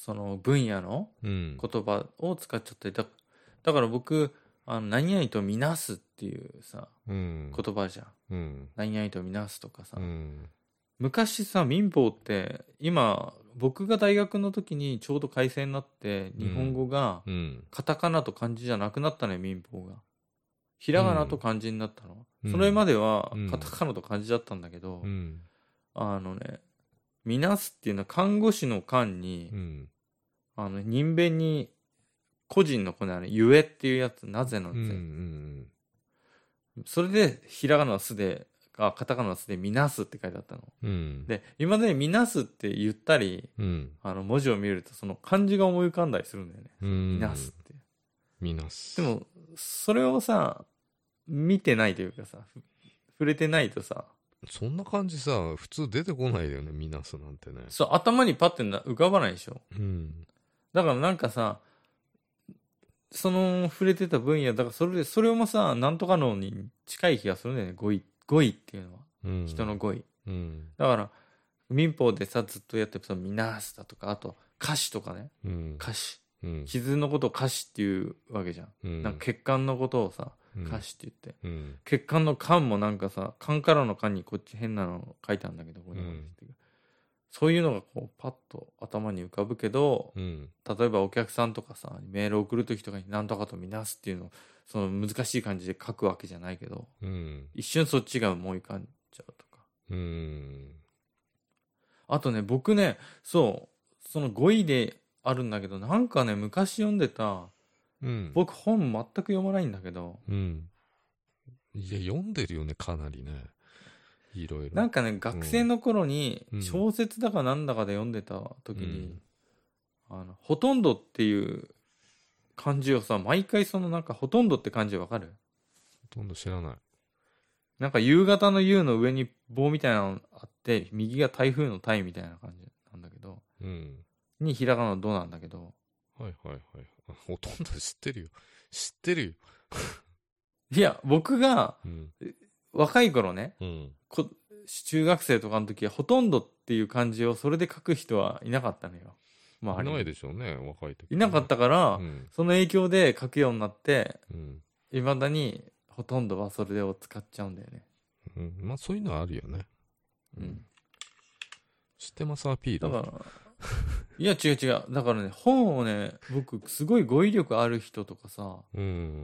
その分野のうん。 言葉を使っちゃったりだだから僕あの何々とみなすっていうさうん。 言葉じゃん。 うん。 何々とみなすとかさ、 うん。 昔さ民法って今僕が大学の時にちょうど改正になって日本語がうん。 カタカナと漢字じゃなくなったね民法が。ひらがなと漢字になったの、 うん、 それまではうんカタカナと漢字だったんだけど、 うん。 あのねみなすっていうのは看護師の看に、 うん。 あの人弁に個人のこのあれゆえっていうやつなぜのぜ、 うん。うん。 それでひらがなのすであカタカナのすでみなすって書いてあったのうん。 で今までみなすって言ったりうん。 あの文字を見るとその漢字が思い浮かんだりするんだよね、 うん。 みなすって。 みなす。 でもそれをさ見てないというかさふ触れてないとさそんな感じさ、普通出てこないよね、みなすなんてね。 そう頭にパッてな浮かばないでしょ。 うん。 だからなんかさその触れてた分野だからそれそれもさなんとかのに近い気がするんだよね。語彙語彙っていうのは、 うん。 人の語彙うん。 だから民法でさずっとやってるみなすだとかあと歌詞とかね、 うん。 歌詞うん。 傷のことを歌詞っていうわけじゃん、 うん。 なんか血管のことをさうん、 歌詞って言って、 うん。 血管の管もなんかさ管からの管にこっち変なの書いてあるんだけど、これうんそういうのがこうパッと頭に浮かぶけど、 うん。 例えばお客さんとかさメール送る時とかに何とかとみなすっていうのをその難しい感じで書くわけじゃないけど、 うん。 一瞬そっちが思い浮かんじゃうとか。 うん。 あとね僕ねそうその語彙であるんだけどなんかね昔読んでたうん。 僕本全く読まないんだけど、 うん。いや、読んでるよね、かなりね。いろいろ。 なんかね学生の頃にうん小説だかなんだかで読んでた時に、 うんあのほとんどっていう漢字をさ毎回そのなんかほとんどって漢字わかる？ ほとんど知らない。 なんか夕方の夕の上に棒みたいなのあって右が台風の台みたいな感じなんだけど、 うん。 にひらがなのどなんだけど、 はいはいはい。あほとんど知ってるよ。知ってるよ。 いや僕がうん。 若い頃ねうん。 こ中学生とかの時はほとんどっていう漢字をそれで書く人はいなかったのよ。まあいないでしょうね、若い時。 いなかったから、 うん。 その影響で書くようになってうん。 いまだにほとんどはそれを使っちゃうんだよね。 うん。まあ、そういうのはあるよね。 うん。 知ってますアピール。 だからいや違う違うだからね本をね僕すごい語彙力ある人とかさうん。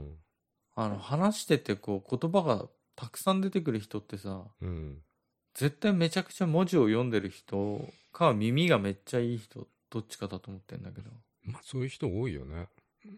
あの話しててこう言葉がたくさん出てくる人ってさうん。 絶対めちゃくちゃ文字を読んでる人か耳がめっちゃいい人どっちかだと思ってんだけどまあ、そういう人多いよね。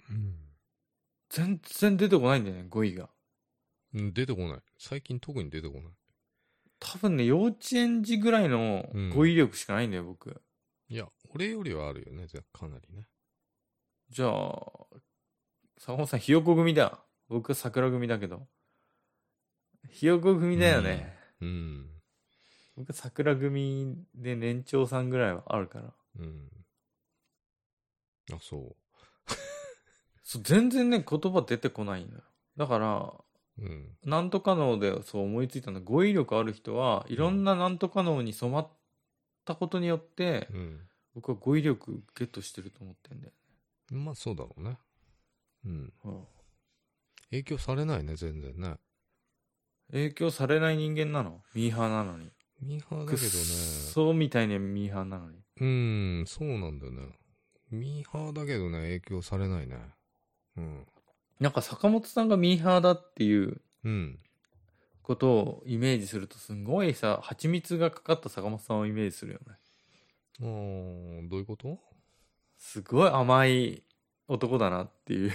全然出てこないんだよね語彙が。 うん。出てこない。最近特に出てこない。 多分ね幼稚園児ぐらいの語彙力しかないんだよ、僕。 いや、俺よりはあるよね、じゃあかなりね。 じゃあ坂本さんひよこ組だ。僕は桜組だけどひよこ組だよね。 うん。うん。 僕は桜組で年長さんぐらいはあるから。 うん。あ、そう。 そう全然ね言葉出てこないんだよ。だからうん。 なんとか脳でそう思いついたの語彙力ある人はいろんななんとか脳に染まったことによって、 うん。 僕は語彙力ゲットしてると思ってんだよね。 まあ、そうだろうね。うん。 うん影響されないね、全然ね。 影響されない人間なのミーハーなのに。 ミーハーだけどくっね。 そみたいにミーハーなのに。 うーん、そうなんだよね。ミーハーだけどね、影響されないね。うん。 なんか坂本さんがミーハーだっていううん。 ことをイメージするとすごいさ蜂蜜がかかった坂本さんをイメージするよね。 あー、どういうことすごい甘い男だなっていう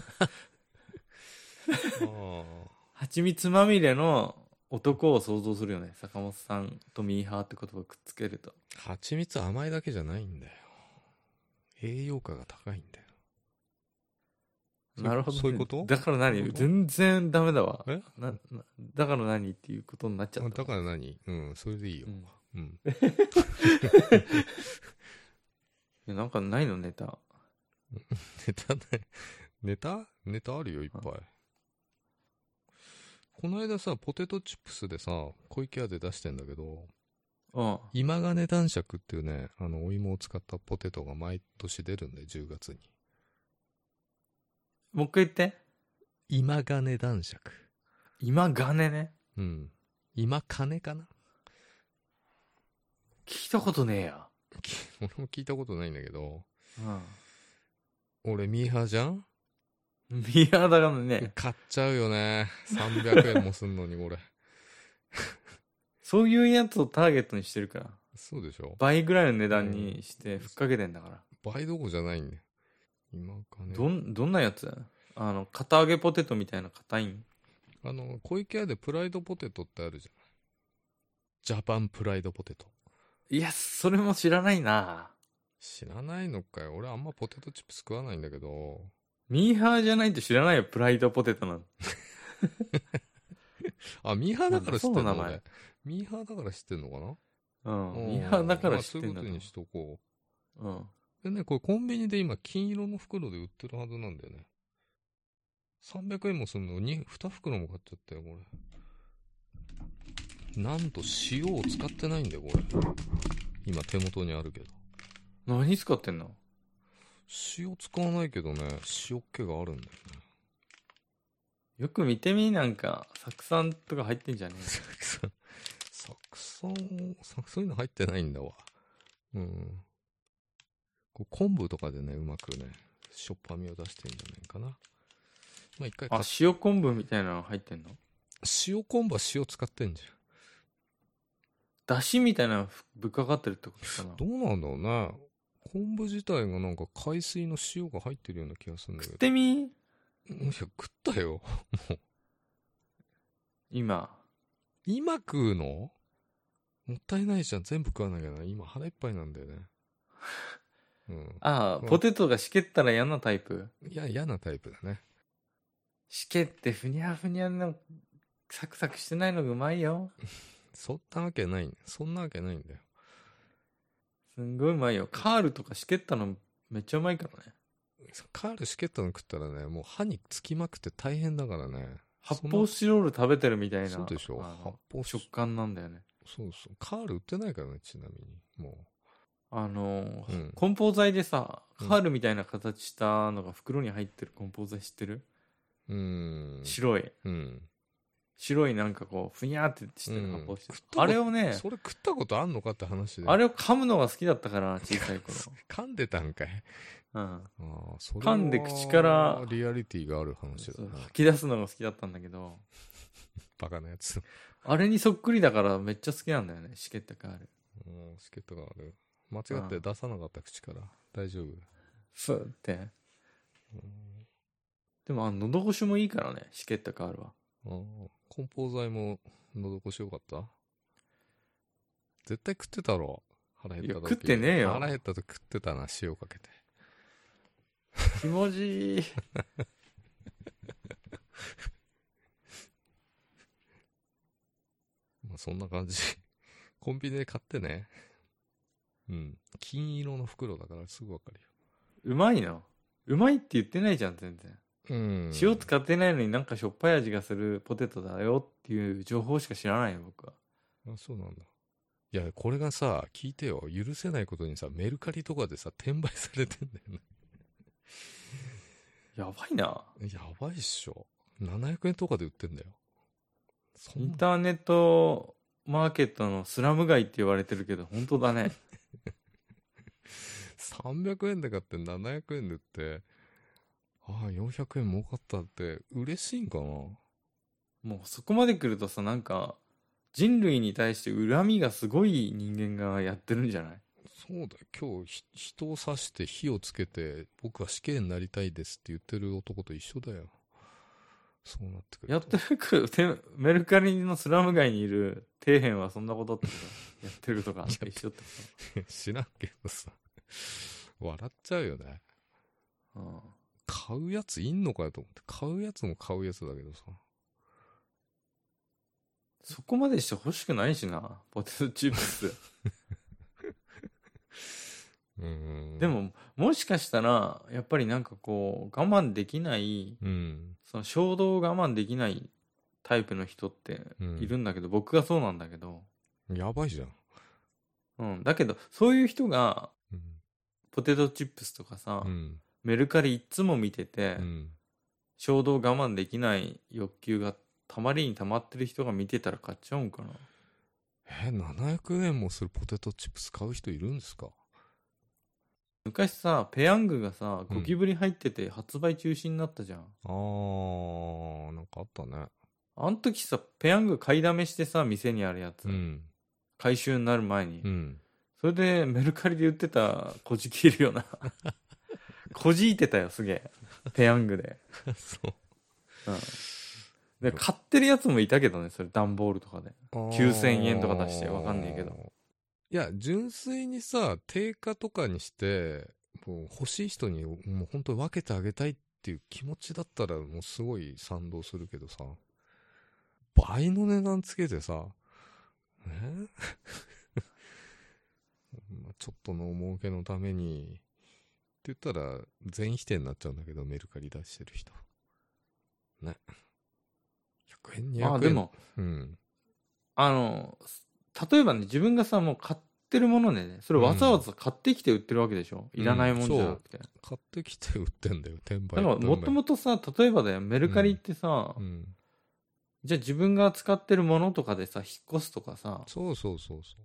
あ蜂蜜まみれの男を想像するよね。坂本さんとミーハーって言葉をくっつけると。 あ。蜂蜜甘いだけじゃないんだよ。栄養価が高いんだよ。 なるほど、ね、 そういうことだから何そういうこと全然ダメだわ。 えななだから何っていうことになっちゃった。 だから何うん、それでいいよ。 うん、 うん。 いやなんかないのネタ。 ネタない。ネタネタあるよ、いっぱい。この間さ、ポテトチップスでさ、小池屋で出してんだけど、 うん。 今金男爵っていうね、あの、お芋を使ったポテトが毎年出るんで、じゅうがつに。 もう一回言って。 今金男爵。 今金ね。 うん。今金かな。 聞いたことねえや。 俺も聞いたことないんだけど、 うん。 俺ミーハーじゃん。 ミーハーだからね。 買っちゃうよね。さんびゃくえんもすんのに、俺。 そういうやつをターゲットにしてるから。 そうでしょ。 倍ぐらいの値段にしてふっかけてんだから。 倍どこじゃないんだよ。今金。 どん、どんなやつ？あの、片揚げポテトみたいな硬いん？ あの、小池屋でプライドポテトってあるじゃない。ジャパンプライドポテト。 いや、それも知らないな。 知らないのかよ。俺あんまポテトチップス食わないんだけど。 ミーハーじゃないと知らないよ、プライドポテトなんて。 あ、ミーハーだから知ってんの？ なんだその名前俺ミーハーだから知ってんのかな。 うん。ミーハーだから知ってんだまあ、そういうことにしとこう。うん。 う。でね、これコンビニで今金色の袋で売ってるはずなんだよね。さんびゃくえんもすんのにに袋も買っちゃったよ、これ。なんと塩を使ってないんだよ、これ。今手元にあるけど。 何使ってんの？ 塩使わないけどね、塩っ気があるんだよね。 よく見てみ、なんか、酢酸とか入ってんじゃねえ酢酸、酢酸、そういうの入ってないんだわ。うん。こう昆布とかでね、うまくね、しょっぱみを出してんじゃないかな。まあ一回あ、塩昆布みたいなの入ってんの？ 塩昆布は塩使ってんじだしみたいなのぶっかかってるってことかな。 ゃん。どうなんだろうね。昆布自体がなんか海水の塩が入ってるような気がするんだけど。 食ってみ？ いや、食ったよ。もう。 今。 今食うの？もったいないじゃん。全部食わなきゃな。今腹いっぱいなんだよね。うん。 ああ、 うんポテトがしけったら嫌なタイプ？ いや、嫌なタイプだね。 しけってふにゃふにゃのサクサクしてないのがうまいよ。 そんなわけない。そんなわけないんだよ。 すんごいうまいよ。カールとかしけったのめっちゃうまいからね。 カールしけったの食ったらね、もう歯につきまくって大変だからね。 発泡スチロール食べてるみたいな。 そうでしょ。 あの発泡食感なんだよね。 そうそう。カール売ってないからね、ちなみに。もあのーうん梱包材でさ、 うんカールみたいな形したのが袋に入ってる梱包材知ってる？ う。うーん。 白い。 うん。 白いなんかこう、ふにゃーってしてる発泡してる。 うん食ったことあれをね、 それ食ったことあんのかって話で。 あれを噛むのが好きだったから、小さい頃。 噛んでたんかい。 うん。 ああ、それ噛んで口からリアリティがある話だそうな。 吐き出すのが好きだったんだけど、 バカなやつ。 あれにそっくりだからめっちゃ好きなんだよね、しけったカール。 うん、チケットがある。間違って出さなかった口から。大丈夫。 そうって。 うんでもあの、喉越しもいいからね、しけったカールは。 あー梱包材も喉越しよかった？絶対食ってたろ。腹減った時。 いや食ってねえよ腹減った時食ってたな、塩かけて。 気持ちいい。 まあそんな感じ。コンビニで買ってね。うん。金色の袋だからすぐわかるよ。 うまいの？うまいって言ってないじゃん、全然。 うん。 塩使ってないのになんかしょっぱい味がするポテトだよっていう情報しか知らないよ、僕は。 あ、そうなんだ。いや、これがさ、聞いてよ。許せないことにさ、メルカリとかでさ、転売されてんだよね。 やばいな。 やばいっしょ。ななひゃくえんとかで売ってんだよ。そんなインターネットマーケットのスラム街って言われてるけど、本当だね。 さんびゃくえんで買ってななひゃくえんで売って、ああ、よんひゃくえん儲かったって嬉しいんかな。 もうそこまで来るとさ、なんか、人類に対して恨みがすごい人間がやってるんじゃない？ そうだよ。今日ひ人を刺して火をつけて、僕は死刑になりたいですって言ってる男と一緒だよ。そうなってくると。 やってるく、てメルカリのスラム街にいる底辺はそんなことってことやってるとか一緒ってこ知らんけどさ。笑っちゃうよね。 と？うん。 買うやついんのかよと思って。買うやつも買うやつだけどさ。 そこまでして欲しくないしな、ポテトチップス。 うーん。 で、も、もしかしたら、やっぱりなんかこう、我慢できない、 うん。 その衝動を我慢できないタイプの人っているんだけど、僕がそうなんだけど、 やばいじゃん。 うん。だけど、そういう人が、 うん。 ポテトチップスとかさ、 うん。 メルカリいっつも見てて、 うん。 衝動我慢できない欲求がたまりにたまってる人が見てたら買っちゃうんかな。 え、ななひゃくえんもするポテトチップス買う人いるんですか？ 昔さ、ペヤングがさ、 うんゴキブリ入ってて発売中止になったじゃん。 あー、なんかあったね。 あの時さ、ペヤング買いだめしてさ、店にあるやつ。 うん。 回収になる前に。 うん。 それでメルカリで売ってたこじきいるよな。こじいてたよ、すげえ。ペヤングで。 そう。 うん。で、買ってるやつもいたけどね、それ段ボールとかで。きゅうせんえんとか出してわかんねえけど。 いや、純粋にさ、定価とかにして、もう欲しい人にもう本当に分けてあげたいっていう気持ちだったらもうすごい賛同するけどさ、倍の値段つけてさ、えまあちょっとの儲けのためにって言ったら全否定になっちゃうんだけど、メルカリ出してる人。ね。ひゃくえん、にひゃくえん。 まあでも、 うん。 あの、例えばね、自分がさ、もう買ってるものでね、それわざわざ買ってきて売ってるわけでしょ、うん、いらないもんじゃなくて。 買ってきて売ってんだよ、転売。 だからもともとさ、例えばだよ、メルカリってさ、うんうん、じゃあ自分が使ってるものとかでさ、引っ越すとかさ、 そうそうそうそう。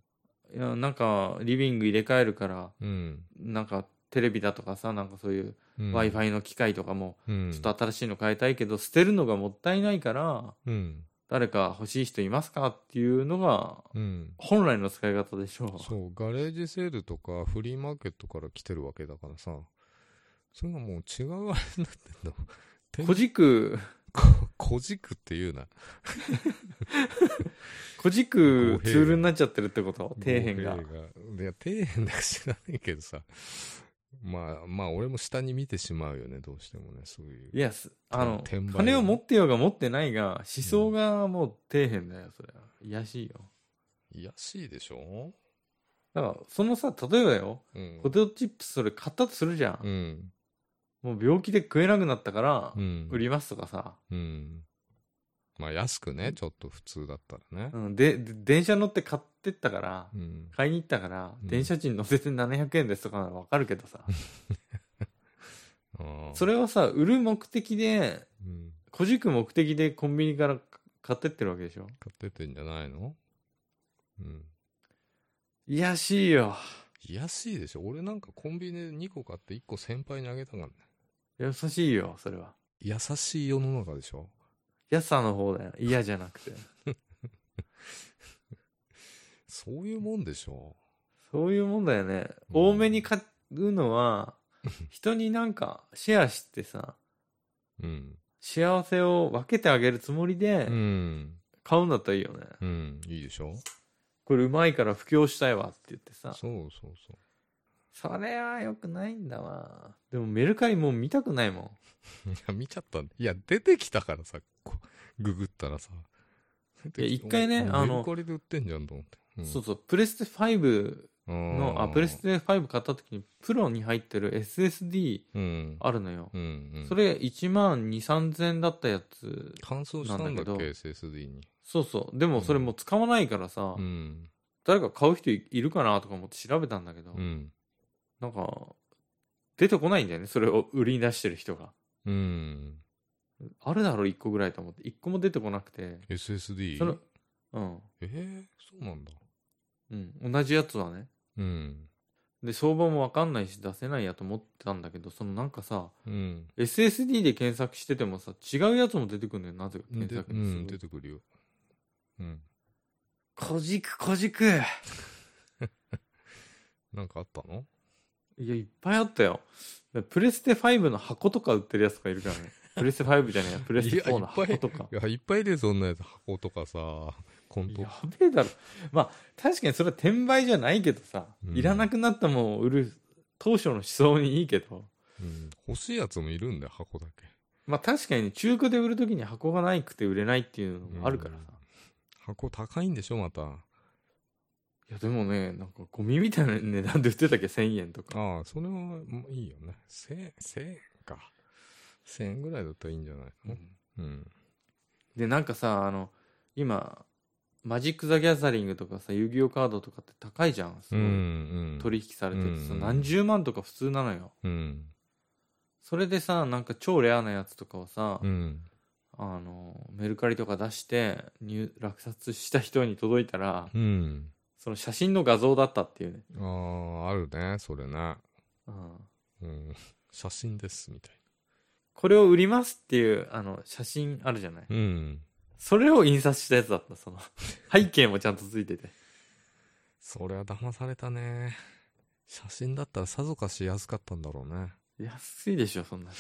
いや、なんか、リビング入れ替えるから、 うん、 なんか、テレビだとかさ、なんかそういう、うん、Wi-Fi の機械とかも、ちょっと新しいの買いたいけど、捨てるのがもったいないから、うん、誰か欲しい人いますかっていうのが、うん、本来の使い方でしょう。 そう、ガレージセールとかフリーマーケットから来てるわけだからさ、それがもう違うあれになってんの。 こじく、 こじくって言うな。 こじくツールになっちゃってるってこと？底辺が。 いや、底辺だか知らないけどさ。まあ、まあ、俺も下に見てしまうよね、どうしてもね、そういう。 いや、あの、金を持ってようが持ってないが、思想がもう底辺だよ、それは。いやしいよ。 いやしいでしょ？ だから、そのさ、例えばよ、うん、ポテトチップスそれ買ったとするじゃん。うん、もう病気で食えなくなったから、売りますとかさ。うん。うんまあ安くね、ちょっと普通だったらね。 うん、で、で電車乗って買ってったから、うん、買いに行ったから、うん、電車賃乗せてななひゃくえんですとかならわかるけどさ。それはさ、売る目的で、うん、こじく目的でコンビニから買ってってるわけでしょ？ 買ってってんじゃないの？うん。 いやしいよ。 いやしいでしょ？俺なんかコンビニでにこ買っていっこ先輩にあげたからね。 優しいよ、それは。 優しい世の中でしょ？ 安さの方だよ。嫌じゃなくて。 そういうもんでしょ。 そういうもんだよね。うん、多めに買うのは、人になんかシェアしてさ、うん、幸せを分けてあげるつもりで、買うんだったらいいよね。 うん、いいでしょ。 これうまいから布教したいわって言ってさ。 そうそうそう。 それは良くないんだわ。でもメルカリもう見たくないもん。 いや、見ちゃったんだ。いや、出てきたからさ、ググったらさ。 いや、一回ね、あの、 メルカリで売ってんじゃんと思って。 うん、そうそう、プレステファイブの、あ、プレステファイブ買った時に、プロに入ってる エスエスディー あるのよ。うんうんうん、それいちまんにせん、さんぜんだったやつ。 乾燥したんだっけ エスエスディー に。 そうそう。でもそれもう使わないからさ、うん、誰か買う人いるかなとか思って調べたんだけど、うん、なんか、出てこないんだよね、それを売りに出してる人が。うん。あるだろ、いっこぐらいと思って。いっこも出てこなくて。 エスエスディー？ その、うん。 えー、そうなんだ。 うん。同じやつはね。うん。で、相場もわかんないし出せないやと思ってたんだけど、そのなんかさ、うん、エスエスディー で検索しててもさ、違うやつも出てくるんだよ、なぜか検索にする。 うん、出てくるよ。うん。 こじくこじく。 なんかあったの？ いや、いっぱいあったよ。プレステファイブの箱とか売ってるやつがいるからね。プレステファイブじゃねえや、プレステフォーの箱とか。 いや、いっぱいでそんなやつ、箱とかさ、コント。 やべえだろ。まあ、確かにそれは転売じゃないけどさ、うん、いらなくなったもんを売る当初の思想にいいけど。 うん、欲しいやつもいるんだよ、箱だけ。 まあ確かに、ね、中古で売るときに箱がないくて売れないっていうのもあるからさ。うん、 箱高いんでしょ、また。 いやでもね、なんかゴミみたいな値段で売ってたっけ、せんえんとか。 ああ、それはいいよね。せんえんか。せんえんぐらいだったらいいんじゃないの？うん。うん、 で、なんかさ、あの、今、 マジック・ザ・ギャザリングとかさ、遊戯王カードとかって高いじゃん。すごいうんうん取引されててさ、 うんうん何十万とか普通なのよ。 うんそれでさ、なんか超レアなやつとかをさ、 うんあのメルカリとか出して入落札した人に届いたら、 うんその写真の画像だったっていうね。 あああるねそれね、 うんうん、写真ですみたいこれを売りますっていうあの写真あるじゃない。 な。うんそれを印刷したやつだった。その背景もちゃんとついてて。 そりゃ騙されたね。写真だったらさぞかし安かったんだろうね。 安いでしょそんなの。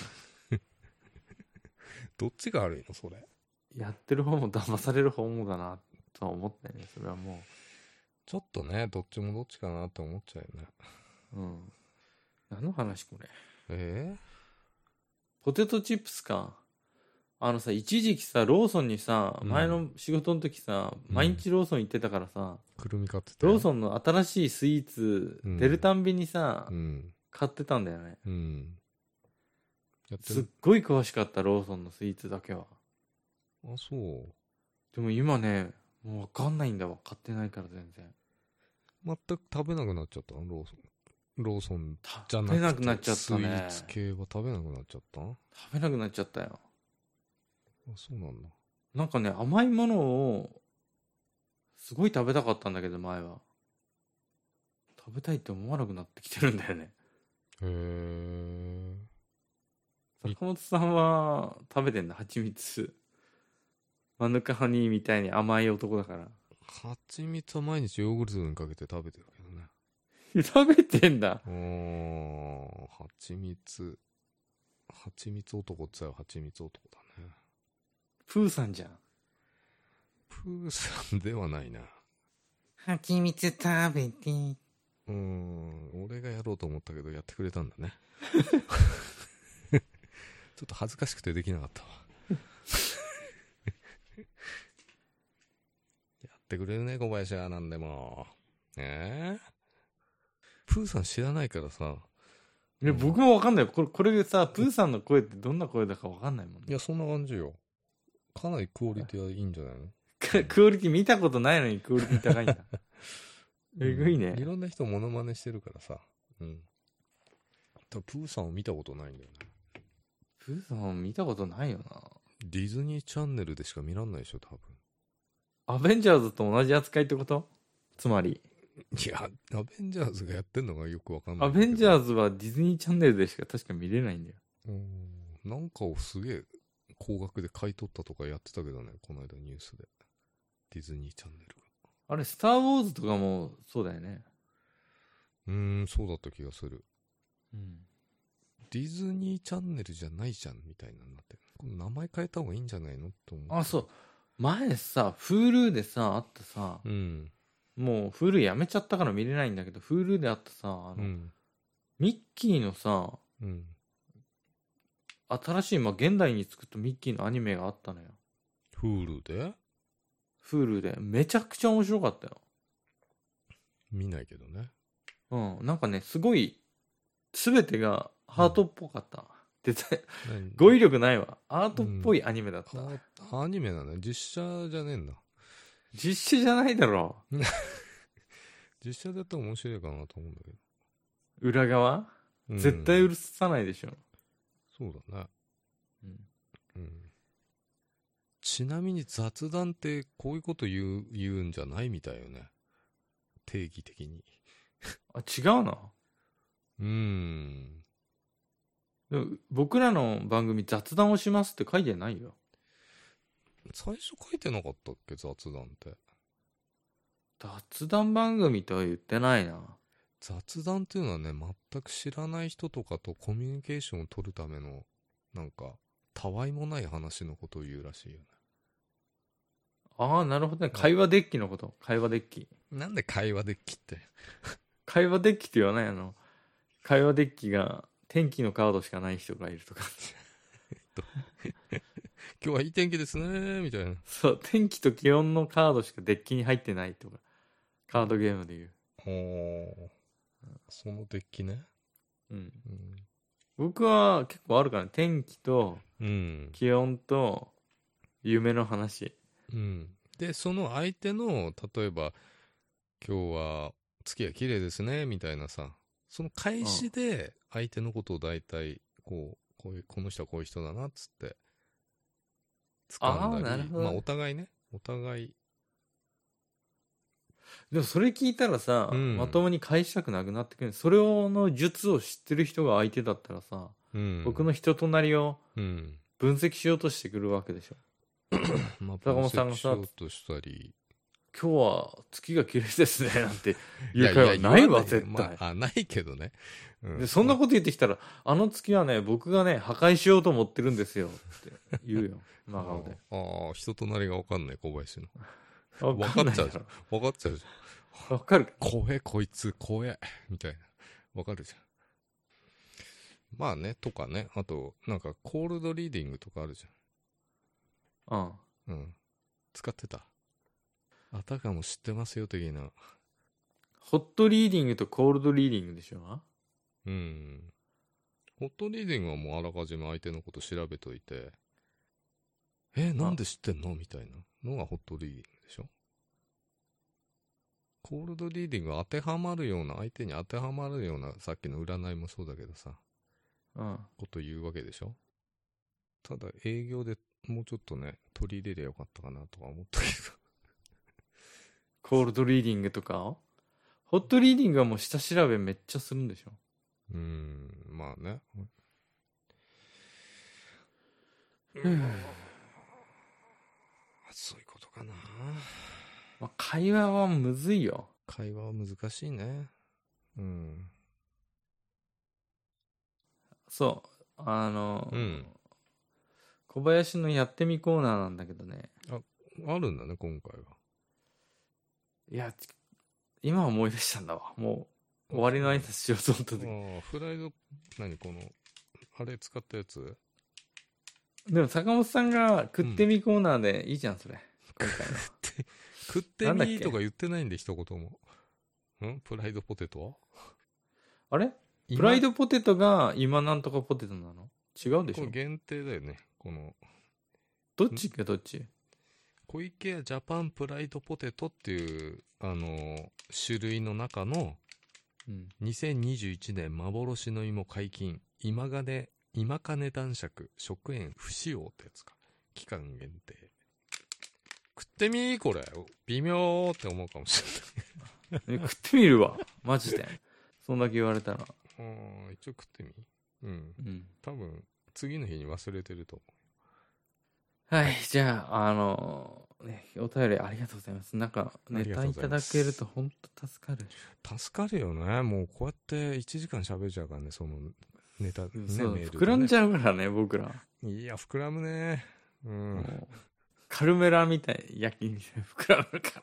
どっちが悪いのそれ。 やってる方も騙される方もだなとは思ったよね。それはもちょっとね、どっちもどっちかなって思っちゃうよね。 う。うん。何の話これ。 えポテトチップスか。あのさ、一時期さ、ローソンにさ、 うん前の仕事の時さ、 うん毎日ローソン行ってたからさ、 ー、くるみ買ってたローソンの新しいスイーツうん出るたんびにさ、 うん。 買ってたんだよね。 うん。やってすっる。 ごい詳しかった、ローソンのスイーツだけは。 あ、そう。 でも今ね、もうわかんないんだわ。買ってないから全然。 全く食べなくなっちゃったのローソン。ローソンじゃ食べななくてくなっちゃったね。 スイーツ系は食べなくなっちゃったあ、 食べなくなっちゃったよ。 そうなんだ。 なんかね、甘いものを、すごい食べたかったんだけど、前は。食べたいって思わなくなってきてるんだよね。 へえ。 坂本さんは食べてんだ、蜂蜜。マヌカハニーみたいに甘い男だから。 蜂蜜は毎日ヨーグルトにかけて食べてるけどね。 食べてんだ。 おー、蜂蜜。蜂蜜男って言ったら蜂蜜男だね。 プーさんじゃん。 プーさんではないな。 蜂蜜食べて。 うーん、俺がやろうと思ったけどやってくれたんだね。ちょっと恥ずかしくてできなかったわ。やってくれるね、小林はなんでも。えー、プーさん知らないからさ。 いや、僕もわかんない。これ、これさ、プーさんの声ってどんな声だかわかんないもんね。 いや、そんな感じよ。かなりクオリティはいいんじゃないの？ ククオリティ見たことないのにクオリティ高いんだ。えぐいね。 いろんな人モノマネしてるからさ。うん。ただプーさんを見たことないんだよね。 プーさん見たことないよな。 ディズニーチャンネルでしか見らんないでしょ、多分。 アベンジャーズと同じ扱いってこと？つまり。 いや、アベンジャーズがやってんのがよくわかんない。 アベンジャーズズはディズニーチャンネルでしか確か見れないんだよ。 うん。なんかをすげえ高額で買い取ったとかやってたけどね、この間ニュースで。ディズニーチャンネルが。 あれ、スター・ウォーズとかもそうだよね。 うーん、そうだった気がする。 うん。 ディズニーチャンネルじゃないじゃん、みたいなのになってる。この名前変えた方がいいんじゃないのって思う。 あ、そう。前さ、Hulu でさ、あったさ、 うん。 もう Hulu やめちゃったから見れないんだけど、Hulu であったさ、あの、 うん。 ミッキーのさ、 うん。 新しい、まあ、現代に作ったミッキーのアニメがあったのよ。 Hulu で Hulu で。めちゃくちゃ面白かったよ。 見ないけどね。 うん。なんかね、すごい、すべてがハートっぽかった。で、 何語彙力ないわ。アートっぽいアニメだった。 あアニメなの？実写じゃねえんだ。 実写じゃないだろ実写だったら面白いかなと思うんだけど。 う。裏側、 うん絶対許さないでしょ。 そうだね。 うん。 うん。ちなみに雑談ってこういうこと言う、言うんじゃないみたいよね。定義的に。 あ、違うな。 うーん。 でも僕らの番組雑談をしますって書いてないよ。 最初書いてなかったっけ雑談って。 雑談番組とは言ってないな。 雑談っていうのはね、全く知らない人とかとコミュニケーションを取るための、なんか、たわいもない話のことを言うらしいよね。 ああ、なるほどね。会話デッキのこと。会話デッキ。 なんで会話デッキって。 会話デッキって言わないあの、会話デッキが天気のカードしかない人がいるとか。 今日はいい天気ですねみたいな。 そう、天気と気温のカードしかデッキに入ってないとか。カードゲームで言う。 ほー。そのデッキね。 うん。 うん。 僕は結構あるからね。天気とうん。 気温と夢の話。 うん。 で、その相手の、例えば、今日は月が綺麗ですね、みたいなさ、その返しで相手のことを大体、こう、こういう、この人はこういう人だな、っつって、掴んだり、まあお互いね、お互い。 でもそれ聞いたらさ、うん、まともに返したくなくなってくる。それをの術を知ってる人が相手だったらさ、うん、僕の人となりを分析しようとしてくるわけでしょ。 うん、まあ、分析しようとしたり。 今日は月が綺麗ですね、なんて言う会話ないわ、絶対。 まあ、あ、ないけどね、 うん、で。そんなこと言ってきたら、あの月はね、僕がね、破壊しようと思ってるんですよ、って言うよ、真顔で。 ああ、人となりが分かんない、小林の。分かっちゃうじゃん。分かっちゃうじゃん。分かる。 怖え、こいつ、怖え、みたいな。分かるじゃん。まあね、とかね。あと、なんか、コールドリーディングとかあるじゃん。 うん。うん。使ってた。あたかも知ってますよ、的な。 ホットリーディングとコールドリーディングでしょ？ うん。ホットリーディングはもうあらかじめ相手のこと調べといて、え、なんで知ってんのみたいなのがホットリーディングでしょ？コールドリーディングは当てはまるような、相手に当てはまるような、さっきの占いもそうだけどさ、 うん。 こと言うわけでしょ？ただ営業でもうちょっとね、取り入れりゃよかったかなとか思ったけど。 コールドリーディングとかホットリーディングはもう下調べめっちゃするんでしょ？ うーん、まあね。 うん。 そういうことかな。 まあ、会話はむずいよ。 会話は難しいね。うん。 そう。あの、 うん、 小林のやってみコーナーなんだけどね。 あ、あるんだね、今回は。 いや、今思い出したんだわ。もう、終わりの挨拶しようと思った時。 ああ、フライド、何この、あれ使ったやつ？ でも坂本さんが食ってみコーナーでいいじゃん、それ。今回の。 食ってみとか言ってないんで、一言も。んプライドポテトはあれプライドポテトが今なんとかポテトなの？違うでしょ？ これ限定だよね。この。 どっちかどっち？ 小池屋ジャパンプライドポテトっていう、あのー、種類の中の、うん、にせんにじゅういちねん幻の芋解禁、今金、今金男爵、食塩不使用ってやつか。期間限定。食ってみーこれ。微妙って思うかもしれない。食ってみるわ。マジで。そんだけ言われたら。 うん、一応食ってみ。うん。うん。多分、次の日に忘れてると思う。 はい、じゃあ、あのー、ね、お便りありがとうございます。なんか、ネタいただけると本当助かる。 助かるよね。もうこうやっていちじかん喋っちゃうからね、そのネタ、ね、 メール、ね。膨らんじゃうからね、僕ら。 いや、膨らむね。うん。 カルメラみたい、焼きみたいに膨らむから。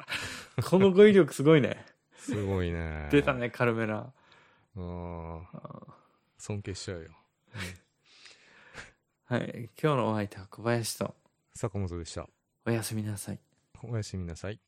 この語彙力すごいね。 すごいね。 出たね、カルメラ。 ああ。尊敬しちゃうよ。 はい、今日のお相手は小林と。 坂本でした。 おやすみなさい。 おやすみなさい。